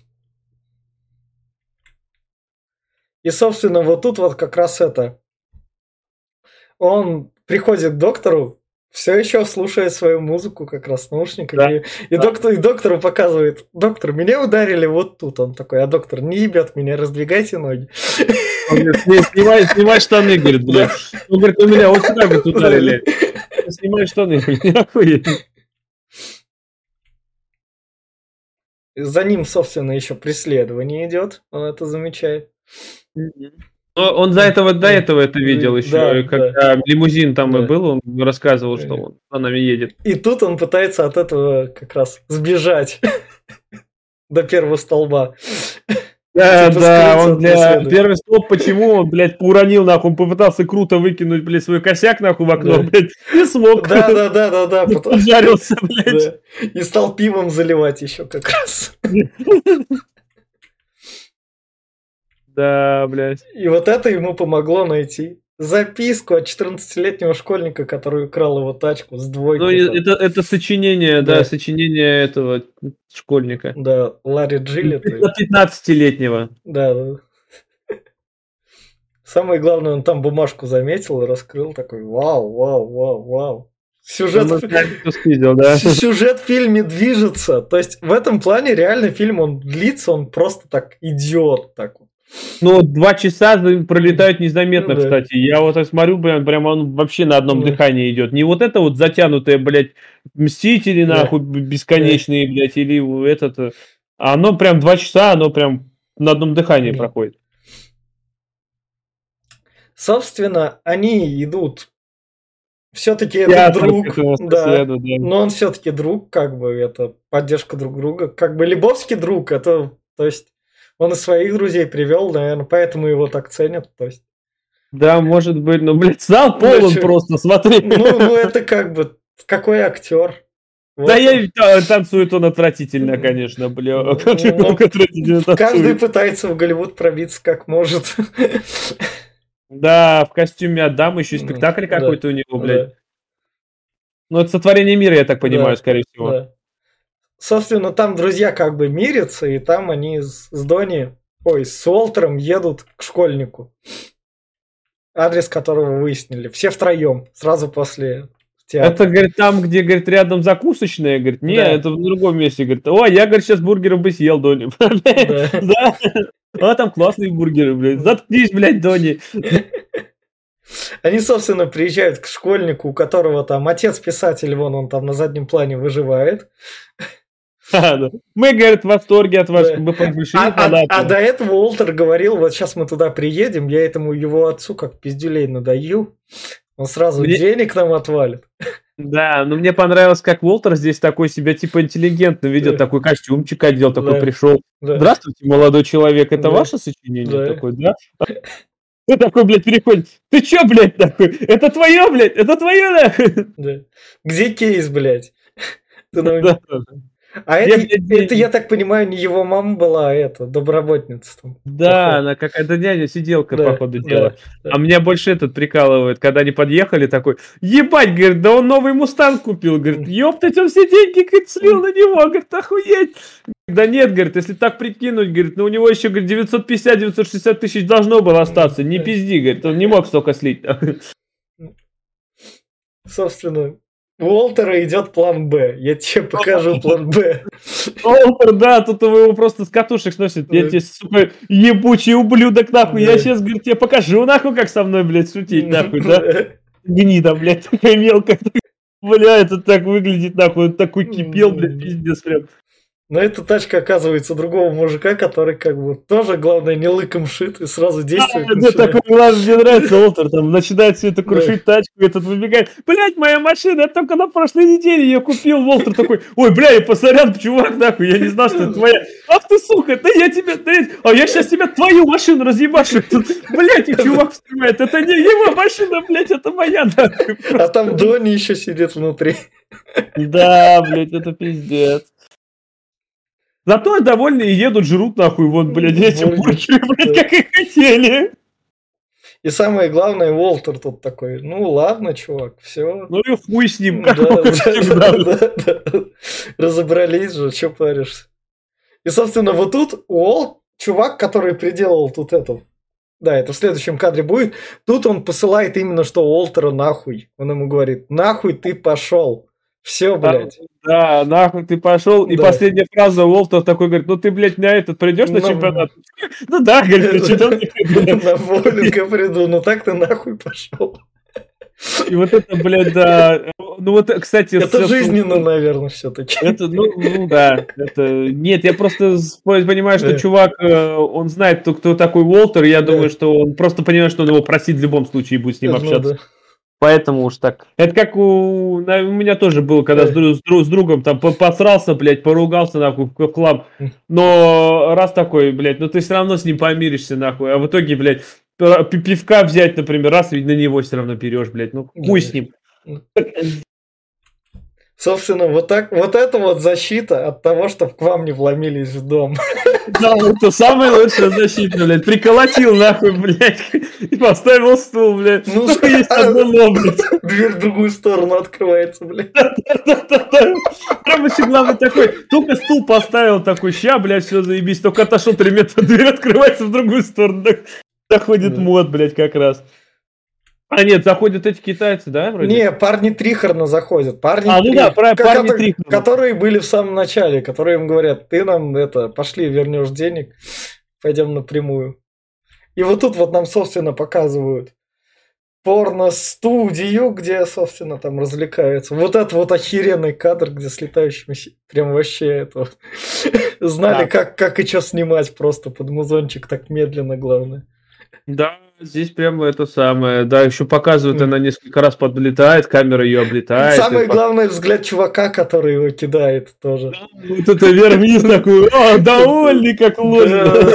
И, собственно, вот тут вот как раз это. Он приходит к доктору, все еще слушает свою музыку как раз в наушниках. Да, И, и да. доктор, и доктору показывает, доктор, меня ударили вот тут. Он такой, а доктор, не ебет меня, раздвигайте ноги. Он говорит, «Не, снимай, снимай штаны, говорит, блядь. Он говорит, у меня вот сюда, говорит, ударили. Снимай штаны, блядь, охуеть. За ним, собственно, еще преследование идет. Он это замечает. Но он за этого, до этого это видел еще, Да, и когда лимузин там и Да. был, он рассказывал, что Да. он за нами едет. И тут он пытается от этого как раз сбежать до первого столба. Да, Типа да, скрыться он от для преследования. первый стоп, почему он, блядь, уронил, нахуй, он попытался круто выкинуть, блядь, свой косяк, нахуй, в окно, Да. блядь, не смог. Да, да, да, да, да. Не потом- Поджарился, блядь. да. И стал пивом заливать еще как раз. Да, блядь. И вот это ему помогло найти записку от четырнадцатилетнего школьника, который украл его тачку с Ну, двойкой. и там. это, это сочинение, да. Да. сочинение этого школьника. Да, Ларри Джилет. и- пятнадцатилетнего. Да, да. Самое главное, он там бумажку заметил и раскрыл, такой, вау, вау, вау, вау. Сюжет, Ну, кто спиздил, да. сюжет в фильме движется. То есть в этом плане реально фильм, он длится, он просто так идет. Так вот. Ну, два часа за- пролетают незаметно, Ну, да. кстати. Я вот так смотрю, прям, прям он вообще на одном Да. дыхании идет. Не вот это вот затянутое, блядь, Мстители, Да. нахуй, б- бесконечные, блядь, или у- этот... э, А оно прям два часа, оно прям на одном дыхании Да. проходит. Собственно, они идут. Все-таки Театр это друг. этого Да. соседа, да. Но он все-таки друг, как бы, это поддержка друг друга. Как бы Лебовский друг, это, то есть, он и своих друзей привел, наверное, поэтому его так ценят. То есть. Да, может быть, но, блядь, зал Ну, полон чё? просто, смотри. Ну, ну, это как бы, какой актер. Вот Да он. я та- танцует он отвратительно, конечно, бля. Ну, Как же ну, он отвратительно Каждый танцует. пытается в Голливуд пробиться как может. Да, в костюме Адам еще и Ну, спектакль да, какой-то у него, блядь. Да. Ну, это сотворение мира, я так понимаю, Да, скорее всего. да. Собственно, там друзья как бы мирятся, и там они с, с Донни, ой, с Уолтером едут к школьнику, адрес которого выяснили. Все втроем, сразу после театра. Это, говорит, там, где, говорит, рядом закусочная, говорит, не, Да. это в другом месте, говорит, о, я, говорит, сейчас бургеров бы съел, Донни. Да. А там классные бургеры, блядь. Заткнись, блядь, Донни. Они, собственно, приезжают к школьнику, у которого там отец писатель, вон он там на заднем плане выживает. А, да. Мы, говорит, в восторге от вас, Да. мы пришли А, а- фанаты. а до этого Уолтер говорил, вот сейчас мы туда приедем, я этому его отцу как пиздюлей надаю, он сразу Мне- денег нам отвалит. Да, но мне понравилось, как Уолтер здесь такой себя типа интеллигентно ведет, Да. такой костюмчик одел, такой Да. пришел. Да. Здравствуйте, молодой человек, это Да. ваше сочинение? Да. Такой, да? Ты такой, блядь, переходит. Ты чё, блядь, такой? Это твое, блядь, это твое, нахуй. Да. Где кейс, блядь? Ты нам- Да, да, да. А Где, это, блядь, деньги? это, я так понимаю, не его мама была, а это, доброботница. Там, Да, походу. она какая-то няня-сиделка, Да, по ходу да, дела. да. А меня больше этот прикалывает, когда они подъехали, такой, ебать, говорит, да он новый мустанг купил, говорит, ёптать, он все деньги, говорит, слил на него, говорит, охуеть. Да нет, говорит, если так прикинуть, говорит, ну у него еще, говорит, девятьсот пятьдесят - девятьсот шестьдесят тысяч должно было остаться, не пизди, говорит, он не мог столько слить. Собственно, у Уолтера идет план Б. Я тебе покажу план Б. Олтер, да, тут его просто с катушек сносит. Я Да. тебе, сука, ебучий ублюдок, нахуй, я Да. сейчас, говорит, тебе покажу, нахуй, как со мной, блядь, шутить, нахуй, да? Гнида, блядь, такая мелкая. Бля, это так выглядит, нахуй, он такой кипел, блядь, пиздец прям. Но эта тачка оказывается другого мужика, который как бы тоже, главное, не лыком шит и сразу действует. А, да, начинает. такой, ладно, мне нравится Олтер, там, начинает все это крушить тачку, этот выбегает, блядь, моя машина, я только на прошлой неделе ее купил, Волтер такой, ой, бля, я посорян, чувак, нахуй, я не знал, что это твоя, ах ты, сука, да я тебя, да я- а я сейчас тебя твою машину разъебашу, тут, блядь, и чувак встревает, это не его машина, блядь, это моя, нахуй. А там Донни еще сидит внутри. Да, блядь, это пиздец. Зато довольные едут, жрут, нахуй, вот, блядь, эти Бургер. бургеры, блядь, Да. как и хотели. И самое главное, Уолтер тут такой, ну ладно, чувак, все. Ну и хуй с ним, Да, как да, всегда. да, да. Разобрались же, что паришься. И, собственно, вот тут Уолт, чувак, который приделал тут эту, да, это в следующем кадре будет, тут он посылает именно что Уолтера нахуй. Он ему говорит, нахуй ты пошел. Все, блядь. Да, нахуй ты пошел. И Да. последняя фраза Уолтер такой говорит, ну ты, блядь, на этот придешь на Ну, чемпионат? Ну да, говорит, на чемпионат не приду. На боулинга приду, ну так ты нахуй пошел. И вот это, блядь, да. Ну вот, кстати... Это с- жизненно, наверное, все-таки. Это, ну, ну да, это... Нет, я просто с- понимаю, что Да. чувак, э, он знает, кто, кто такой Уолтер, и я Да. думаю, что он просто понимает, что он его просит в любом случае и будет с ним Ну общаться. да. Поэтому уж так. Это как у, на- у меня тоже было, когда с, Да. дру- с, дру- с другом там по- посрался, блядь, поругался, нахуй, в в хлам. Но раз такой, блядь, ну ты все равно с ним помиришься, нахуй. А в итоге, блядь, пи- пи- пивка взять, например, раз, ведь на него все равно берешь, блядь. Ну, хуй Да. с ним. Собственно, вот так, вот это вот защита от того, чтобы к вам не вломились в дом. Да, это самая лучшая защита, блядь. Приколотил, нахуй, блядь. И поставил стул, блядь. Ну, Только есть одно, блядь. Дверь в другую сторону открывается, блядь. Да-да-да. Прям еще главный такой, только стул поставил, такой, ща, блядь, все заебись, только отошел три метра, дверь открывается в другую сторону. Заходит Да. мод, блядь, как раз. А нет, заходят эти китайцы, да, вроде? Не, парни Трихорна заходят. Парни А, ну Три- да, про- ко- парни ко- Трихорна. Которые были в самом начале, которые им говорят, ты нам это, пошли, вернешь денег, пойдем напрямую. И вот тут вот нам, собственно, показывают порно-студию, где, собственно, там развлекаются. Вот этот вот охеренный кадр, где с летающими си- прям вообще это знали, Да. как, как и что снимать просто под музончик так медленно, главное. Да, здесь прямо это самое, да, еще показывают, Мгм. она несколько раз подлетает, камера ее облетает. Самое и по- главное взгляд чувака, который его кидает тоже. Вот это вверх-вниз такой, о, довольный как лось. Да.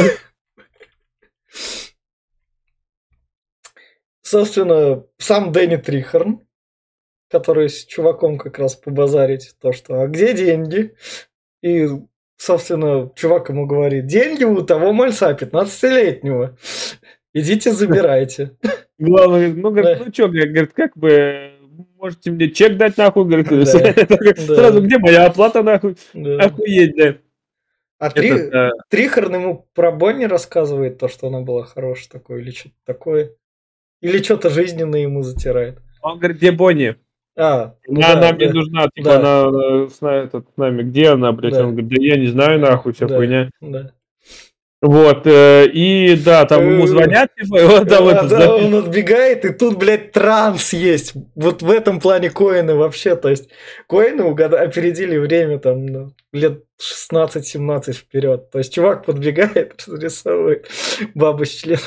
Собственно, сам Дэнни Трихорн, который с чуваком как раз побазарить то, что «а где деньги?» И, собственно, чувак ему говорит «деньги у того мальца пятнадцатилетнего, идите забирайте». Главное, ну, говорит, Да. ну что, говорит, как бы, можете мне чек дать нахуй? Говорит, Да, сразу, да, где моя оплата нахуй? да. Охуеть, да. А Этот, Три... э, Трихорн ему про Бонни рассказывает то, что она была хорошая такое, или что-то такое. Или что-то жизненное ему затирает. он говорит, где Бонни? А, ну Она, да, она мне да, нужна, типа, да, она э, с, на- этот, с нами. Где она, блядь? да, Он говорит, да я не знаю, нахуй, вся да, хуйня. да. Вот, э, и да, там ему Э, звонят, типа, и он там А, этот да, запис- он отбегает, и тут, блядь, транс есть. Вот в этом плане Коэны вообще. То есть Коэны угад- опередили время там ну, лет шестнадцать-семнадцать вперед. То есть чувак подбегает, разрисовывает бабу с членом.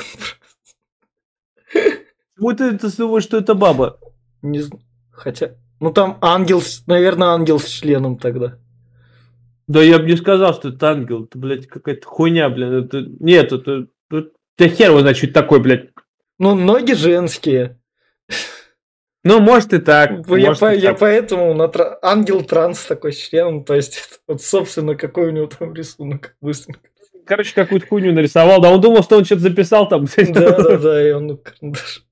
Почему ты, ты думаешь, что это баба? Не знаю. Хотя, ну там ангел, с- наверное, ангел с членом тогда. Да я бы не сказал, что это ангел. Это, блядь, какая-то хуйня, блин. Это... Нет, это... это... Да хер его знает, что это такое, блядь. Ну, ноги женские. Ну, может и так. Я, может по- и я так. поэтому на тра- ангел транс такой с членом. То есть, это вот, собственно, какой у него там рисунок. Быстренько. Короче, какую-то хуйню нарисовал. Да он думал, что он что-то записал там. Да, да, да, и он карандаш.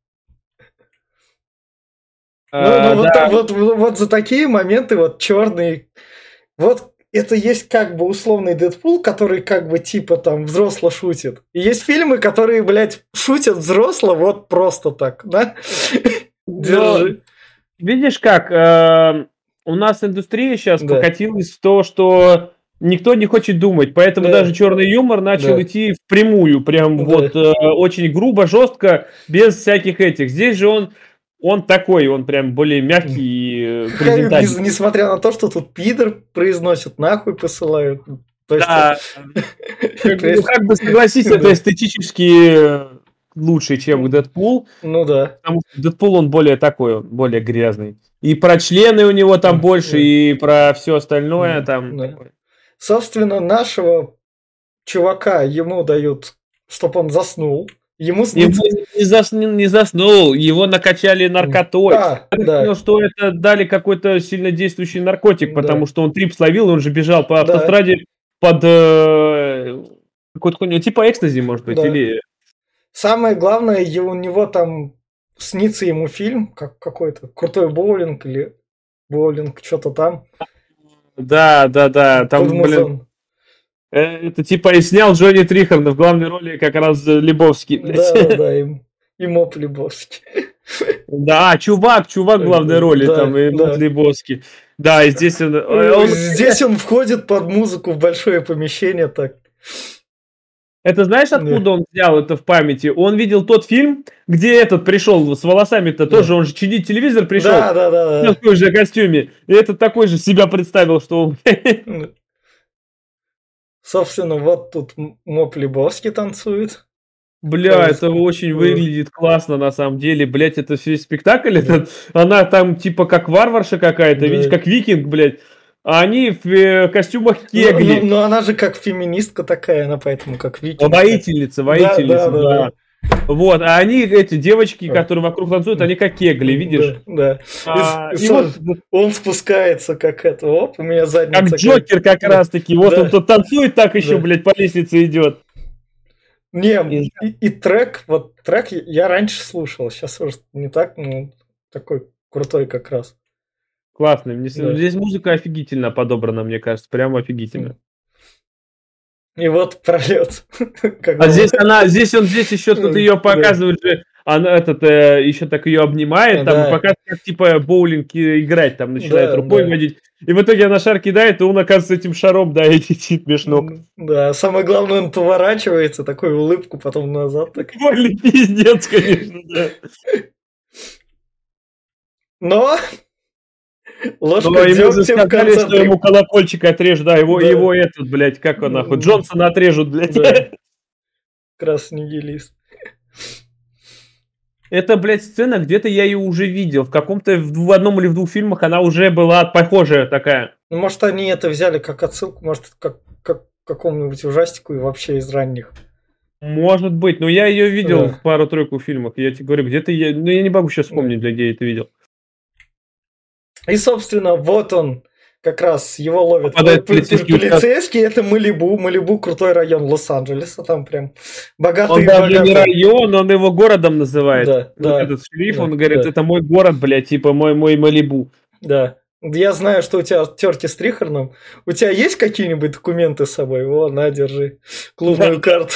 Ну, А, ну вот, да. так- вот, вот, вот за такие моменты вот черный. Вот это есть как бы условный Дэдпул, который как бы типа там взросло шутит. И есть фильмы, которые, блядь, шутят взросло вот просто так, да? Но, Держи. видишь как, э, у нас индустрия сейчас Да. покатилась в то, что никто не хочет думать, поэтому Да. даже черный юмор начал Да. идти впрямую, прям Да. вот э, очень грубо, жестко, без всяких этих. Здесь же он, он такой, он прям более мягкий и э, Как- презентабельный. нес- Несмотря на то, что тут пидор произносят, нахуй посылают. То есть, Да, как, то ну, есть, как бы согласись, Да. это эстетически э, лучше, чем Дэдпул, ну да. потому что Дэдпул, он более такой, он более грязный. И про члены у него там Да, больше, да. и про все остальное Да, там. да. такое. Собственно, нашего чувака ему дают, чтобы он заснул. Ему Его снится... не, зас- не заснул, его накачали наркотой. А, Я так да. понял, что это дали какой-то сильно действующий наркотик, Да. потому что он трип словил, он же бежал по Да. автостраде под э, какой-то хуйню, типа экстази, может быть, Да. или... Самое главное, и у него там снится ему фильм, как какой-то крутой боулинг или боулинг, что-то там. Да, да, да, там, под блин, музон. э, это типа и снял Джонни Трихард, в главной роли как раз э, Лебовский, блядь. Да, да, да, и, и Моп Лебовский. Да, чувак, чувак в главной роли, Да, там, и да. Мот Лебовский. Да, и здесь он... э, он- Здесь он входит под музыку в большое помещение, так. Это знаешь, откуда он взял это в памяти? Он видел тот фильм, где этот пришел с волосами-то Да. тоже, он же чинить телевизор пришел Да, да, да, в да. такой же костюме. И этот такой же себя представил, что он... Собственно, вот тут М- Моп Лебовский танцует. Бля, Да. это очень Да. выглядит классно на самом деле. Блять, это все спектакль этот. Она там типа как варварша какая-то, Да. видишь, как викинг, блядь. А они в э, костюмах Ну, кегли. ну, ну, она же как феминистка такая, она поэтому как викинг. Воительница, воительница, да, да, да. Вот, а они, эти девочки, Да. которые вокруг танцуют, они как кегли, видишь? Да, да. А, И- и и вот он- Он спускается как это, оп, у меня задница. как Джокер как Да. раз таки. Вот Да. он тут танцует, так еще, Да. блядь, по лестнице идет. Не, И- и, и трек, вот трек я раньше слушал, сейчас уже не так, ну, такой крутой как раз. Классно. Мне с- Да. Здесь музыка офигительно подобрана, мне кажется. Прямо офигительно. И вот пролет. А здесь она, здесь он, здесь еще тут Да. ее показывает же, она этот э, еще так ее обнимает, там Да. и показывает, как типа боулинг и играть, там начинает Да, рукой да. водить. И в итоге она шар кидает, и он оказывается этим шаром, да, и летит меж ног. Да, самое главное, он поворачивается, такую улыбку, потом назад. Так. Больный пиздец, конечно, да. Но ложка Но ему же дегтя в сказали, конце. что ему колокольчик отрежут, да, его, Да. его этот, блядь, как он нахуй, М. Джонсона отрежут, блядь. Да. Красный нигилист. Это, блядь, сцена, где-то я ее уже видел, в каком-то, в, в одном или в двух фильмах она уже была похожая такая. Ну, может, они это взяли как отсылку, может, как, как к какому-нибудь ужастику и вообще из ранних. Может быть, но я ее видел Да. в пару-тройку фильмах, я тебе говорю, где-то я, ну я не могу сейчас вспомнить, где я это видел. И, собственно, вот он, как раз его ловят Попадает п- п- полицейский полицейские, это Малибу, Малибу крутой район Лос-Анджелеса, там прям Он богатые и даже не богатые. район, он его городом называет. Да, Вот да, этот шериф, да, он говорит, да. это мой город, блядь, типа мой, мой Малибу. Да. Я знаю, что у тебя терки с трихорном. У тебя есть какие-нибудь документы с собой? Во, на, держи. Клубную карту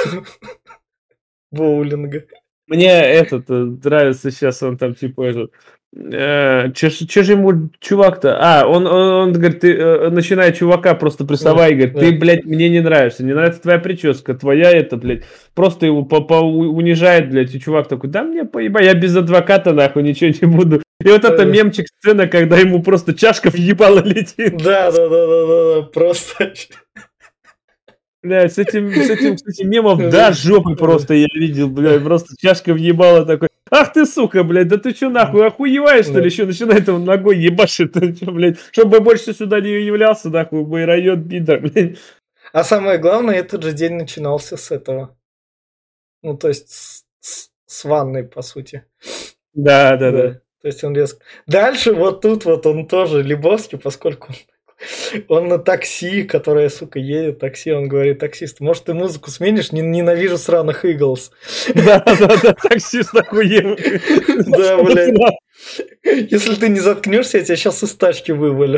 боулинга. Мне этот э, нравится сейчас, он там типа этот... Э, че, ж- че же ему чувак-то? А, он, он, он говорит, ты, э, начинает чувака просто прессовать и говорит, Да, ты, да. блядь, мне не нравишься, не нравится твоя прическа, твоя это, блядь, просто его по- по- унижает, блядь, и чувак такой, да мне поебать, я без адвоката, нахуй, ничего не буду. И вот это Э. мемчик сцена, когда ему просто чашка в ебало летит. Да, да, да, да, да, да, просто. Бля, с этим, с этим, кстати, мемов до жопы просто я видел, бля, просто чашка въебала такой. Ах ты, сука, блядь, да ты чё нахуй, охуеваешь, что ли, еще начинает он ногой ебашит, ты чё, блядь, чтобы больше сюда не являлся, нахуй, мой район, пидор, блядь. А самое главное, этот же день начинался с этого. Ну, то есть с, с- с ванной, по сути. Да, да, да. То есть он резко... Дальше вот тут вот он тоже Лебовский, поскольку он, он на такси, которое, сука, едет, такси, он говорит таксисту, может, ты музыку сменишь? Не- Ненавижу сраных Иглс. Да, да, да, таксист охуевый. Да, блядь. Если ты не заткнешься, я тебя сейчас из тачки вывалю.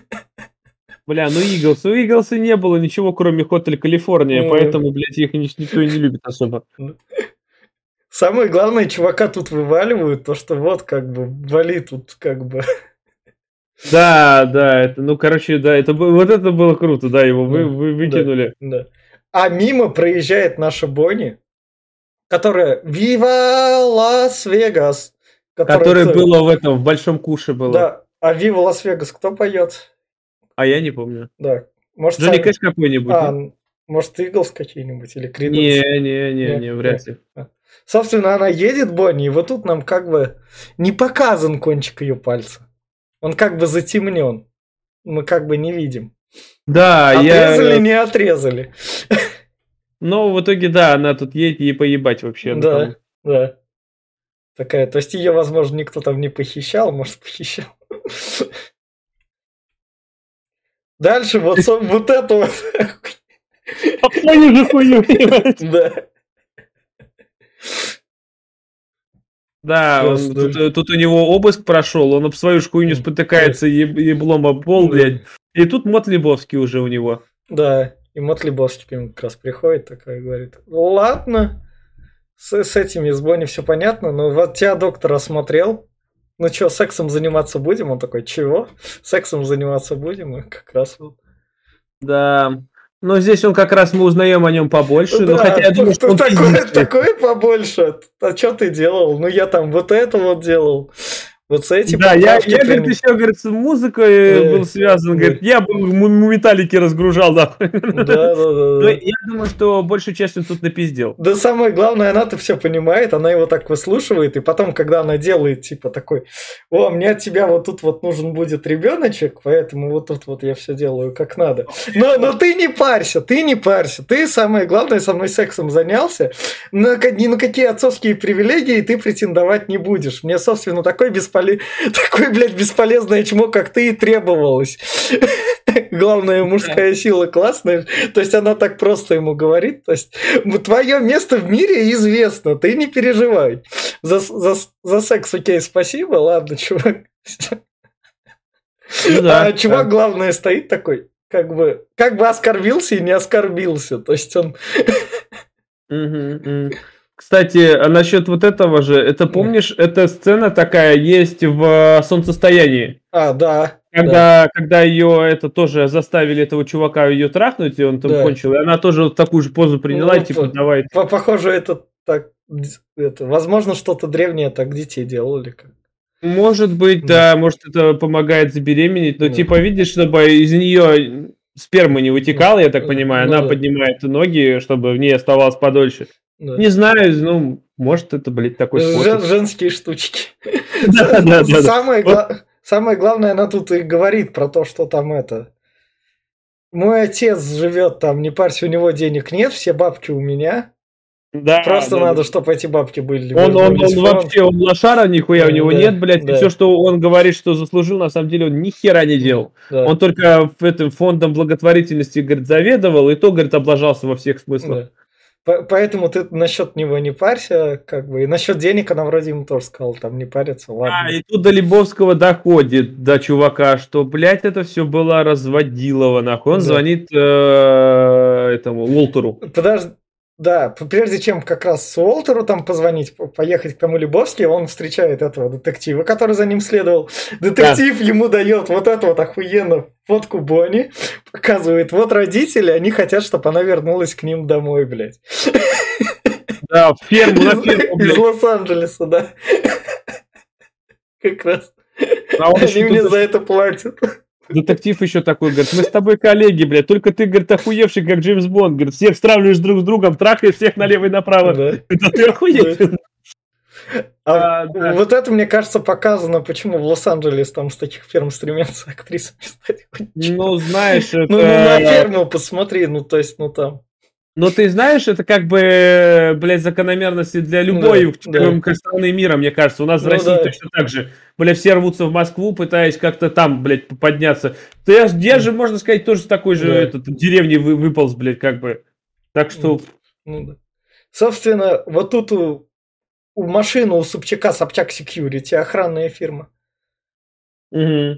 Бля, ну Иглс, у Иглса не было ничего, кроме Хотель Калифорния, Ну. поэтому, блядь, их ни- никто и не любит особо. Самое главное, чувака тут вываливают, то, что вот, как бы, вали тут, как бы... Да, да, это, ну, короче, да, это бы- вот это было круто, да, его вы, Да, вы выкинули. Да. А мимо проезжает наша Бонни, которая «Вива Лас-Вегас», Которое было в этом, в Большом Куше было. Да, а «Вива Лас-Вегас» кто поет? А я не помню. Да. Может, Джонни сами- Кэш какой-нибудь? А, нет? может, Иглс какие-нибудь или Криденс? Не, не, не, Нет, не, вряд ли. нет. Собственно, она едет, Бонни, и вот тут нам как бы не показан кончик ее пальца. Он как бы затемнен. Мы как бы не видим. Да, Отрезали, я... не отрезали. Ну, в итоге, да, она тут едет ей поебать вообще. ну, Да, там. да. Такая, то есть ее, возможно, никто там не похищал, может, похищал. Дальше вот, со- вот это вот. А понял же хуйню, понимаете? Да. Да, он- Просто. тут, э, тут у него обыск прошел, он об свою шкуйню Мгм. спотыкается еб- еблом об пол, блядь. И тут Мот Лебовский уже у него. Да, и Мот Лебовский к нему как раз приходит такой и говорит, ладно, с, с этими, с Бонни все понятно, но вот тебя доктор осмотрел, ну что, сексом заниматься будем? Он такой, чего? Сексом заниматься будем? И как раз вот. Да. Но здесь он как раз мы узнаем о нем побольше. Да, но хотя я думаю, что он такое, пиздит. такое побольше. А что ты делал? Ну я там вот это вот делал. Вот с этим. Да, я, поправки я говорит, принес. еще, говорит, с музыкой Да, был связан. да. Говорит, я был му- металлики разгружал, да. Да, да, да, Но да. я думаю, что большую часть он тут напиздел. Да самое главное, она-то все понимает, она его так выслушивает, и потом, когда она делает, типа, такой, о, мне от тебя вот тут вот нужен будет ребеночек, поэтому вот тут вот я все делаю как надо. Но, но ты не парься, ты не парься, ты, самое главное, со мной сексом занялся, на, ка- ни на какие отцовские привилегии ты претендовать не будешь. Мне, собственно, такой, бесполе... такой блядь, бесполезное чмо, как ты, и требовалось. Главное, мужская сила классная. То есть она так просто ему говорит. То есть твое место в мире известно, ты не переживай. За, за, за секс, окей, спасибо, ладно, чувак. Ну да, А чувак, да. главное, стоит такой, как бы, как бы оскорбился и не оскорбился. То есть он... Мгм, мгм. Кстати, а насчет вот этого же, это помнишь, эта сцена такая есть в «Солнцестоянии», А, да. да. когда, когда ее это тоже заставили этого чувака ее трахнуть, и он там Да. кончил, и она тоже вот такую же позу приняла, Ну, и типа по- давай. По- Похоже, это так... Это, возможно, что-то древнее так детей делали. Как... Может быть, да, может это помогает забеременеть, но Да. типа видишь, чтобы из нее сперма не вытекала, я так Ну, понимаю, ну она да. поднимает ноги, чтобы в ней оставалось подольше. Да. Не знаю, ну, может это, блядь, такой Жен- способ. женские штучки. Да, да, да, да. Самое, гла- самое главное, она тут и говорит про то, что там это... Мой отец живет там, не парься, у него денег нет, все бабки у меня. Да, Просто да, надо, да. чтобы эти бабки были. Он, он, вернулись он в фонд. вообще, он лошара, нихуя у него Да, нет, блядь. И да. все, что он говорит, что заслужил, на самом деле он ни хера не делал. Да, Он только в этом фондом благотворительности, говорит, заведовал, и то, говорит, облажался во всех смыслах. да. По- Поэтому ты насчет него не парься, как бы. И насчет денег она вроде ему тоже сказала, там не париться, А, ладно. и тут до Лебовского доходит, до чувака, что, блядь, это все было разводилово, нахуй. Он Да. звонит э, этому Уолтеру. Подожди, да, п- прежде чем как раз Уолтеру там позвонить, п- поехать к тому Лебовски, он встречает этого детектива, который за ним следовал. Детектив ему дает вот эту вот охуенно фотку Бонни, показывает, вот родители, они хотят, чтобы она вернулась к ним домой, блядь. Да, в ферму, на Из, ферму, из блядь. Лос-Анджелеса, да. Как раз. А он Они еще мне тут за это платят. детектив еще такой, говорит, мы с тобой коллеги, блядь, только ты, говорит, охуевший, как Джеймс Бонд, говорит, всех стравливаешь друг с другом, трахаешь всех налево и направо. Да. Это ты охуеть. А А, да. вот это, мне кажется, показано, почему в Лос-Анджелес там с таких ферм стремятся актрисами стать. Ну, знаешь, это... Ну, ну, на ферму посмотри, ну, то есть, ну, там. Ну, ты знаешь, это как бы, блядь, закономерности для любой Да, да. страны мира, мне кажется. У нас в Ну, России да. точно так же. Блядь, все рвутся в Москву, пытаясь как-то там, блядь, подняться. Ты, я, я же, можно сказать, тоже с такой же Да. этот, деревни вы, выполз, блядь, как бы. Так что... Ну, да. Собственно, вот тут у, у машины, у Собчака, Собчак Security, охранная фирма. Угу.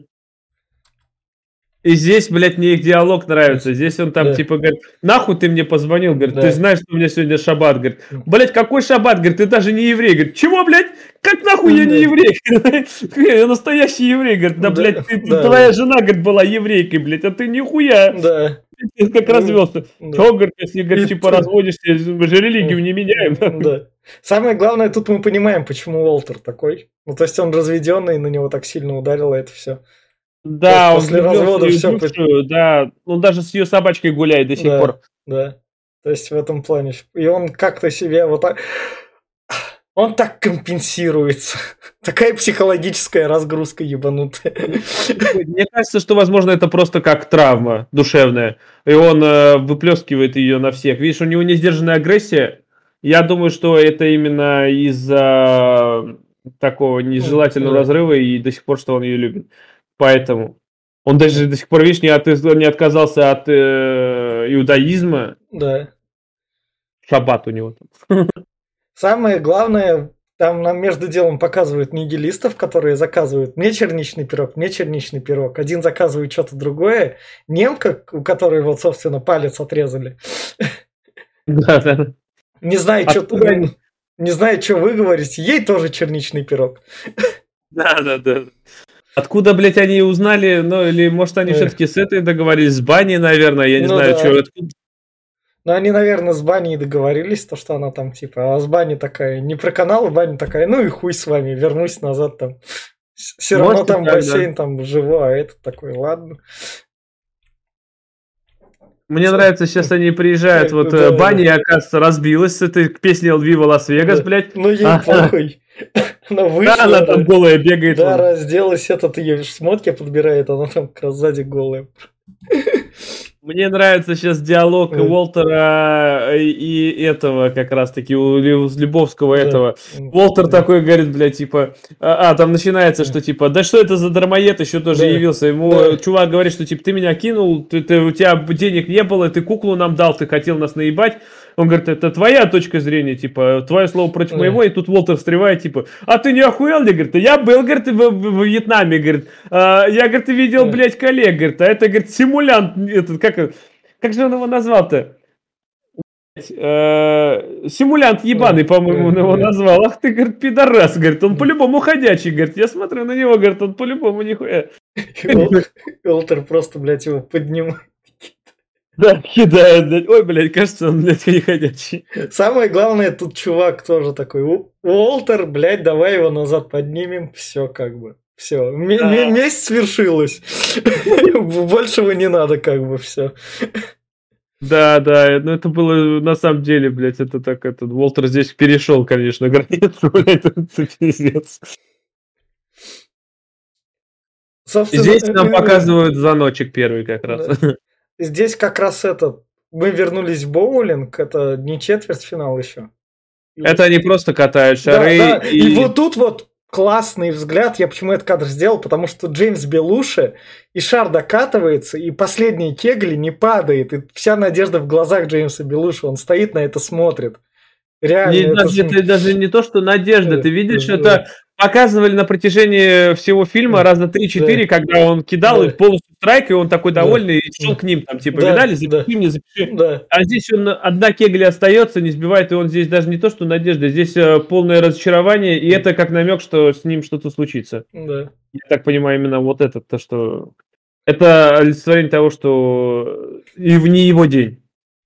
И здесь, блядь, мне их диалог нравится. Здесь он там, Да. типа, говорит, нахуй ты мне позвонил? Говорит, Да. ты знаешь, что у меня сегодня шаббат? Говорит, блядь, какой шаббат? Говорит, ты даже не еврей. Говорит, чего, блядь? Как нахуй я не еврей? Я настоящий еврей. Говорит, да, Да, блядь, ты- да. твоя жена, говорит, была еврейкой, блядь, а ты нихуя. Да. Ты как Ну, развелся. да. Чего, говорит, если, говорит, И типа, ты- разводишься, мы же религию не меняем. Да. Самое главное, тут мы понимаем, почему Уолтер такой. Ну, то есть он разведенный, на него так сильно ударило это все. Да, он После влюбился развода в её всё бывшую, да, он даже с ее собачкой гуляет до сих Да, пор. да. То есть в этом плане. И он как-то себя вот так... Он так компенсируется. Такая психологическая разгрузка ебанутая. Мне кажется, что, возможно, это просто как травма душевная, и он э, выплескивает ее на всех. Видишь, у него несдержанная агрессия. Я думаю, что это именно из-за такого нежелательного Да. разрыва и до сих пор, что он ее любит. Поэтому он даже до сих пор, видишь, не, от- не отказался от э, иудаизма. Да. Шаббат у него там. Самое главное, там нам между делом показывают нигилистов, которые заказывают мне черничный пирог, мне черничный пирог. Один заказывает что-то другое. Немка, у которой вот, собственно, палец отрезали. Да, да. Не знаю, что Откуда они? не знаю, что вы говорите. Ей тоже черничный пирог. Да, да, да. Откуда, блядь, они узнали, ну, или, может, они Эх. все-таки с этой договорились, с баней, наверное, я не Ну знаю, да. что. Откуда... Ну, они, наверное, с Баней договорились, то, что она там, типа, а с Бани такая, не про канал, Баня такая, ну и хуй с вами, вернусь назад там. Все равно Может, там так, да. бассейн там живой, а этот такой, ладно. Мне нравится, сейчас они приезжают, вот Да, э, да. Баня, оказывается, разбилась с этой песней «Вива Лас-Вегас», Да. блядь. Ну ей А, похуй. Она Да, вышла, она там голая бегает. да, вон. разделась, этот ее шмотки подбирает, она там как раз сзади голая. Мне нравится сейчас диалог Да. Уолтера и, и этого, как раз-таки, у Лю- Любовского Да. этого. М, Уолтер да. такой говорит, блядь, типа, а, а, там начинается, что типа, да что это за дармоед еще тоже Да. явился. Ему Да. э, чувак говорит, что типа, ты меня кинул, ты, ты- у тебя денег не было, ты куклу нам дал, ты хотел нас наебать. Он говорит, это твоя точка зрения, типа, твое слово против Да. моего, и тут Уолтер встревает, типа, а ты не охуел, ли? Говорит, я был, говорит, в, в- в Вьетнаме, говорит, «А, я, говорит, видел, Да. блядь, коллег, говорит, а это, говорит, симулянт, этот, как, он- как же он его назвал-то? Э, Симулянт ебаный, Да. по-моему, он Да. его Да. назвал. Ах ты, говорит, пидорас, говорит, он по-любому ходячий, говорит, я смотрю на него, говорит, он по-любому нихуя. Уолтер просто, блядь, его поднимает. Да, кидает, блядь, ой, блядь, кажется, он, блядь, не ходячий. Самое главное, тут чувак тоже такой, «У- Уолтер, блядь, давай его назад поднимем, все как бы. Все, Да. месть свершилась. Большего не надо, как бы, все. Да, да, ну это было на самом деле, блядь, это так, этот Уолтер здесь перешел, конечно, границу, блядь, это пиздец. Собственно, Здесь нам э, показывают звоночек первый как раз. Здесь как раз это. Мы вернулись в боулинг, это не четвертьфинал еще. Это они просто катают Да, шары. да. И... И вот тут вот классный взгляд. Я почему этот кадр сделал? Потому что Джеймс Белуши, и шар докатывается, и последний кегли не падает. И вся надежда в глазах Джеймса Белуши. Он стоит на это, смотрит. Реально. Не, это... даже, это даже не то, что надежда. Ты видишь, Да. это показывали на протяжении всего фильма раза три-четыре, да. Когда он кидал да. их полностью страйк, и он такой довольный, да. и шел да. к ним, там, типа, да. видали, запиши да. мне, запиши. Да. А здесь он одна кегля остается, не сбивает, и он здесь даже не то, что надежда, здесь полное разочарование, и да. это как намек, что с ним что-то случится. Да. Я так понимаю, именно вот это, то, что... Это олицетворение того, что и не его день.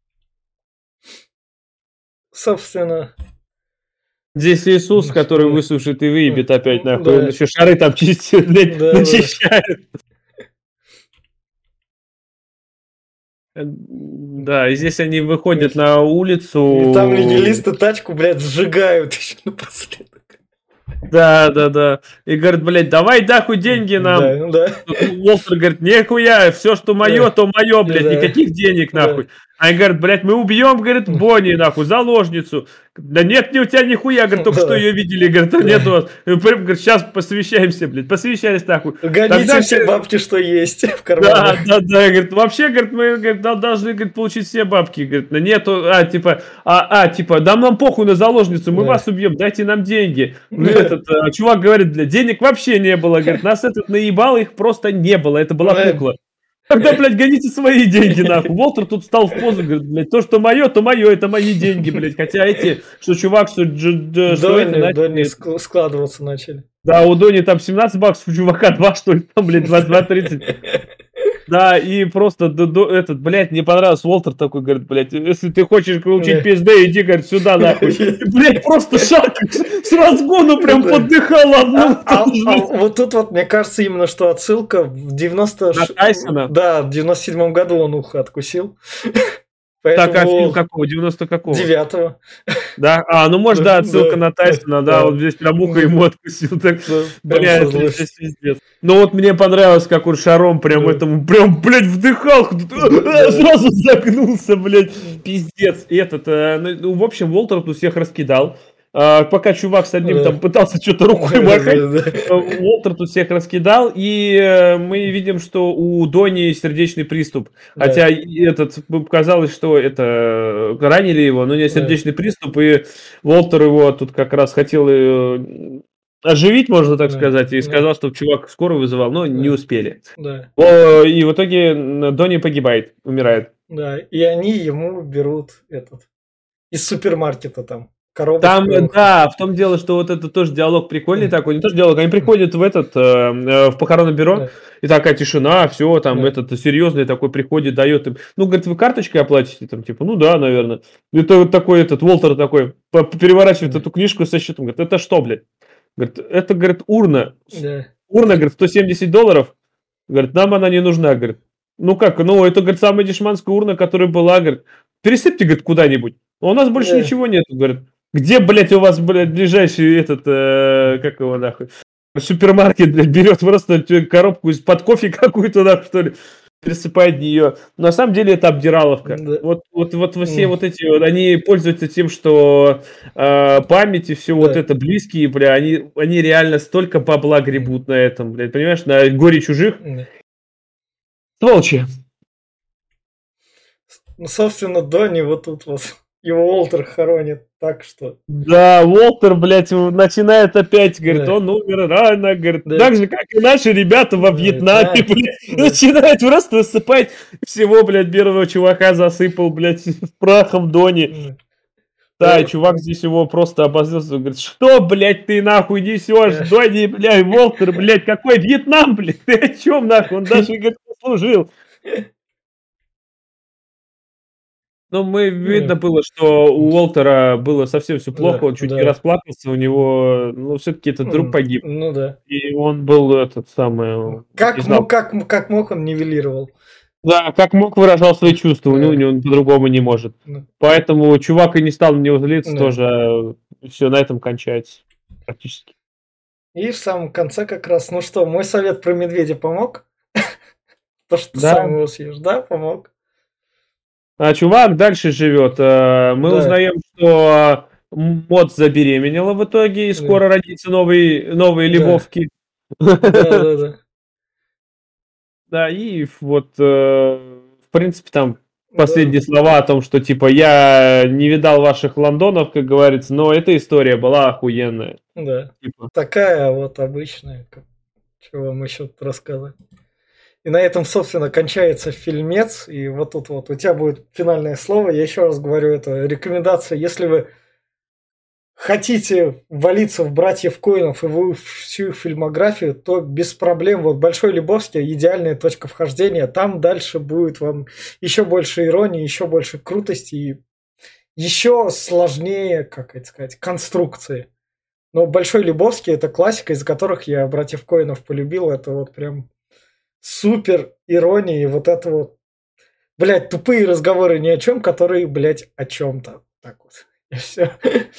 Собственно... Здесь Иисус, который высушит и выебет опять, нахуй. Да. Он еще шары там чистит, блядь, да, начищает. Да. да, и здесь они выходят на улицу. И там нигилисты тачку, блядь, сжигают еще напоследок. Да, да, да. И говорит, блядь, давай нахуй деньги нам. Да, да. Уолтер говорит, нихуя, все, что мое, да. то мое, блядь, да. никаких денег, нахуй. Да. Они говорят, блядь, мы убьем, говорит, Бонни, нахуй, заложницу. Да нет, не у тебя нихуя, говорит, только да. что ее видели, говорит, да. нет у вас. И, говорит, сейчас посовещаемся, блядь, посовещались, нахуй. Гоните Тогда все бабки, что есть в кармане. Да, да, да, говорит, вообще, говорит, мы говорит, должны, говорит, получить все бабки, говорит, нету, а, типа, а, а, типа, да нам похуй на заложницу, мы да. вас убьем, дайте нам деньги. Ну, этот а, чувак говорит, блядь, денег вообще не было, говорит, нас этот наебал, их просто не было, это была кукла. Тогда, блядь, гоните свои деньги, нахуй. Уолтер тут встал в позу, говорит, блядь, то, что мое, то мое, это мои деньги, блядь. Хотя эти, что чувак, что, что, что Дони, это, Дони складываться начали. Да, у Дони там семнадцать баксов, у чувака два, что ли, там, блядь, двадцать два тридцать. Да, и просто до, до, этот, блядь, мне понравился Уолтер такой, говорит, блядь, если ты хочешь получить пи эс ди, иди, говорит, сюда, нахуй. И, блядь, просто шаг с разгону прям поддыхал одну. А, а, а вот тут вот, мне кажется, именно что отсылка в девяносто... На Тайсона? Да, в девяносто седьмом году он ухо откусил. Поэтому... Так, а фильм какого? девяносто какого? девятого. Да? А, ну может, да, отсылка да, на Тайсона, да, да, вот здесь прям ухо ему откусил. Так, да, бля, это здесь пиздец. Ну вот мне понравилось, как он шаром прям да. этому, прям, блядь, вдыхал, да. сразу загнулся, блядь, пиздец. И этот, ну, в общем, Уолтер тут всех раскидал. А, пока чувак с одним да. там пытался что-то рукой махать, Уолтер тут всех раскидал, и э, мы видим, что у Дони сердечный приступ. Да. Хотя этот казалось, что это ранили его, но не сердечный да. приступ, и Уолтер его тут как раз хотел э, оживить, можно так да. сказать, и да. сказал, что чувак скорую вызывал, но да. не успели. Да. О, и в итоге Дони погибает, умирает. Да, и они ему берут этот из супермаркета там. Коробочку. Там, да, в том дело, что вот это тоже диалог прикольный mm. такой, не тоже диалог, они приходят в этот, э, в похоронное бюро, yeah. и такая тишина, все, там, yeah. этот серьезный такой приходит, дает им, ну, говорит, вы карточкой оплатите, там, типа, ну, да, наверное. Это вот такой, этот, Уолтер такой, переворачивает yeah. эту книжку со счетом, говорит, это что, блядь? Говорит, это, говорит, урна, yeah. урна, говорит, сто семьдесят долларов, говорит, нам она не нужна, говорит. Ну, как, ну, это, говорит, самая дешманская урна, которая была, говорит, пересыпьте, говорит, куда-нибудь, у нас больше yeah. ничего нет, говорит. Где, блядь, у вас, блядь, ближайший этот, э, как его нахуй, супермаркет, блядь, берет просто коробку из-под кофе какую-то, нахуй, что ли, пересыпает в нее. На самом деле это обдираловка. Да. Вот, вот, вот все mm. вот эти, вот, они пользуются тем, что э, память и все да. вот это близкие, бля, они, они реально столько бабла гребут на этом, блядь, понимаешь, на горе чужих. Mm. Сволочи. Ну, собственно, Дони вот тут вот. Его Уолтер хоронит так, что... Да, Уолтер, блядь, начинает опять, говорит, да. он умер рано, говорит, да. так же, как и наши ребята во Вьетнаме, да. блядь, да. начинает просто высыпать всего, блядь, первого чувака засыпал, блядь, прахом Дони. Да, да, и чувак здесь его просто обозлился, говорит, что, блядь, ты нахуй несешь, да. Дони, блядь, Уолтер, блядь, какой Вьетнам, блядь, ты о чем, нахуй, он даже, говорит, служил. Ну, мы видно было, что у Уолтера было совсем все плохо, да, он чуть да. не расплакался, у него, ну, все-таки этот друг погиб. Ну да. И он был этот самый... Как мог, как, как мог, он нивелировал. Да, как мог, выражал свои чувства, да. у него он по-другому не может. Да. Поэтому чувак и не стал на него злиться, да. тоже все на этом кончается практически. И в самом конце как раз, ну что, мой совет про медведя помог? То, что ты сам его съешь, да, помог? А чувак дальше живет. Мы да. узнаем, что Мод забеременела в итоге, и Да. скоро родится новый, новые Да. Лебовки. Да, да, да. Да, и вот, э, в принципе, там Да. последние слова о том, что, типа, я не видал ваших Лондонов, как говорится, но эта история была охуенная. Да. Типа. Такая вот обычная. как- Что вам еще тут рассказать? И на этом, собственно, кончается фильмец. И вот тут вот у тебя будет финальное слово. Я еще раз говорю, это рекомендация. Если вы хотите валиться в братьев Коинов и в всю их фильмографию, то без проблем. Вот Большой Лебовский идеальная точка вхождения. Там дальше будет вам еще больше иронии, еще больше крутости и еще сложнее, как это сказать, конструкции. Но Большой Лебовский это классика, из которых я братьев Коинов полюбил. Это вот прям супер ирония и вот это вот, блядь, тупые разговоры ни о чем, которые, блядь, о чем-то. Так вот. И все.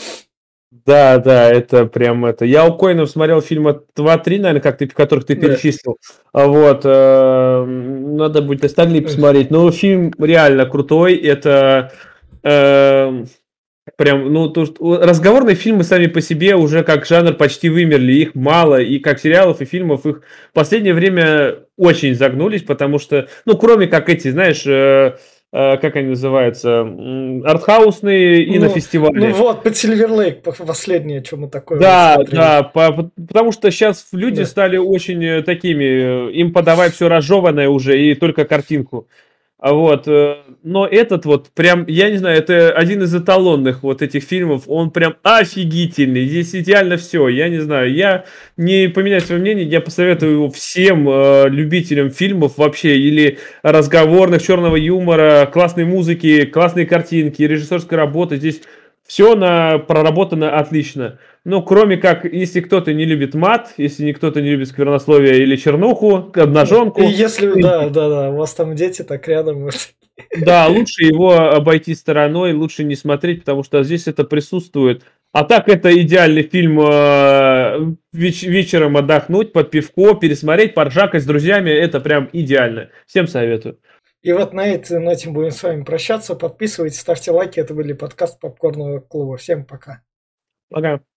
Да, да, это прям это. Я у Коинов смотрел фильма два-три, наверное, как ты, которых ты Да. перечислил. А вот, э, надо будет остальные посмотреть. Но фильм реально крутой. Это э, прям, ну, то, что разговорные фильмы сами по себе уже как жанр почти вымерли. Их мало. И как сериалов и фильмов их в последнее время очень загнулись, потому что, ну, кроме как эти, знаешь, э, э, как они называются, м, артхаусные и на Ну, фестивале. ну вот, под Silver Lake последнее, что мы такое вот Да, смотрели. да, по- потому что сейчас люди Да. стали очень э, такими, э, им подавай все разжеванное уже и только картинку. А вот, э, но этот вот прям, я не знаю, это один из эталонных вот этих фильмов, он прям офигительный, здесь идеально все, я не знаю, я не поменяю свое мнение, я посоветую его всем э, любителям фильмов вообще, или разговорных, черного юмора, классной музыки, классной картинки, режиссерской работы, здесь все на, проработано отлично. Ну, кроме как, если кто-то не любит мат, если не кто-то не любит сквернословие или чернуху, обнаженку. И если, да, да, да, у вас там дети так рядом. Да, лучше его обойти стороной, лучше не смотреть, потому что здесь это присутствует. А так это идеальный фильм э, веч- вечером отдохнуть под пивко, пересмотреть, поржакать с друзьями. Это прям идеально. Всем советую. И вот на этой ноте будем с вами прощаться. Подписывайтесь, ставьте лайки. Это были подкаст Попкорного клуба. Всем пока. Пока.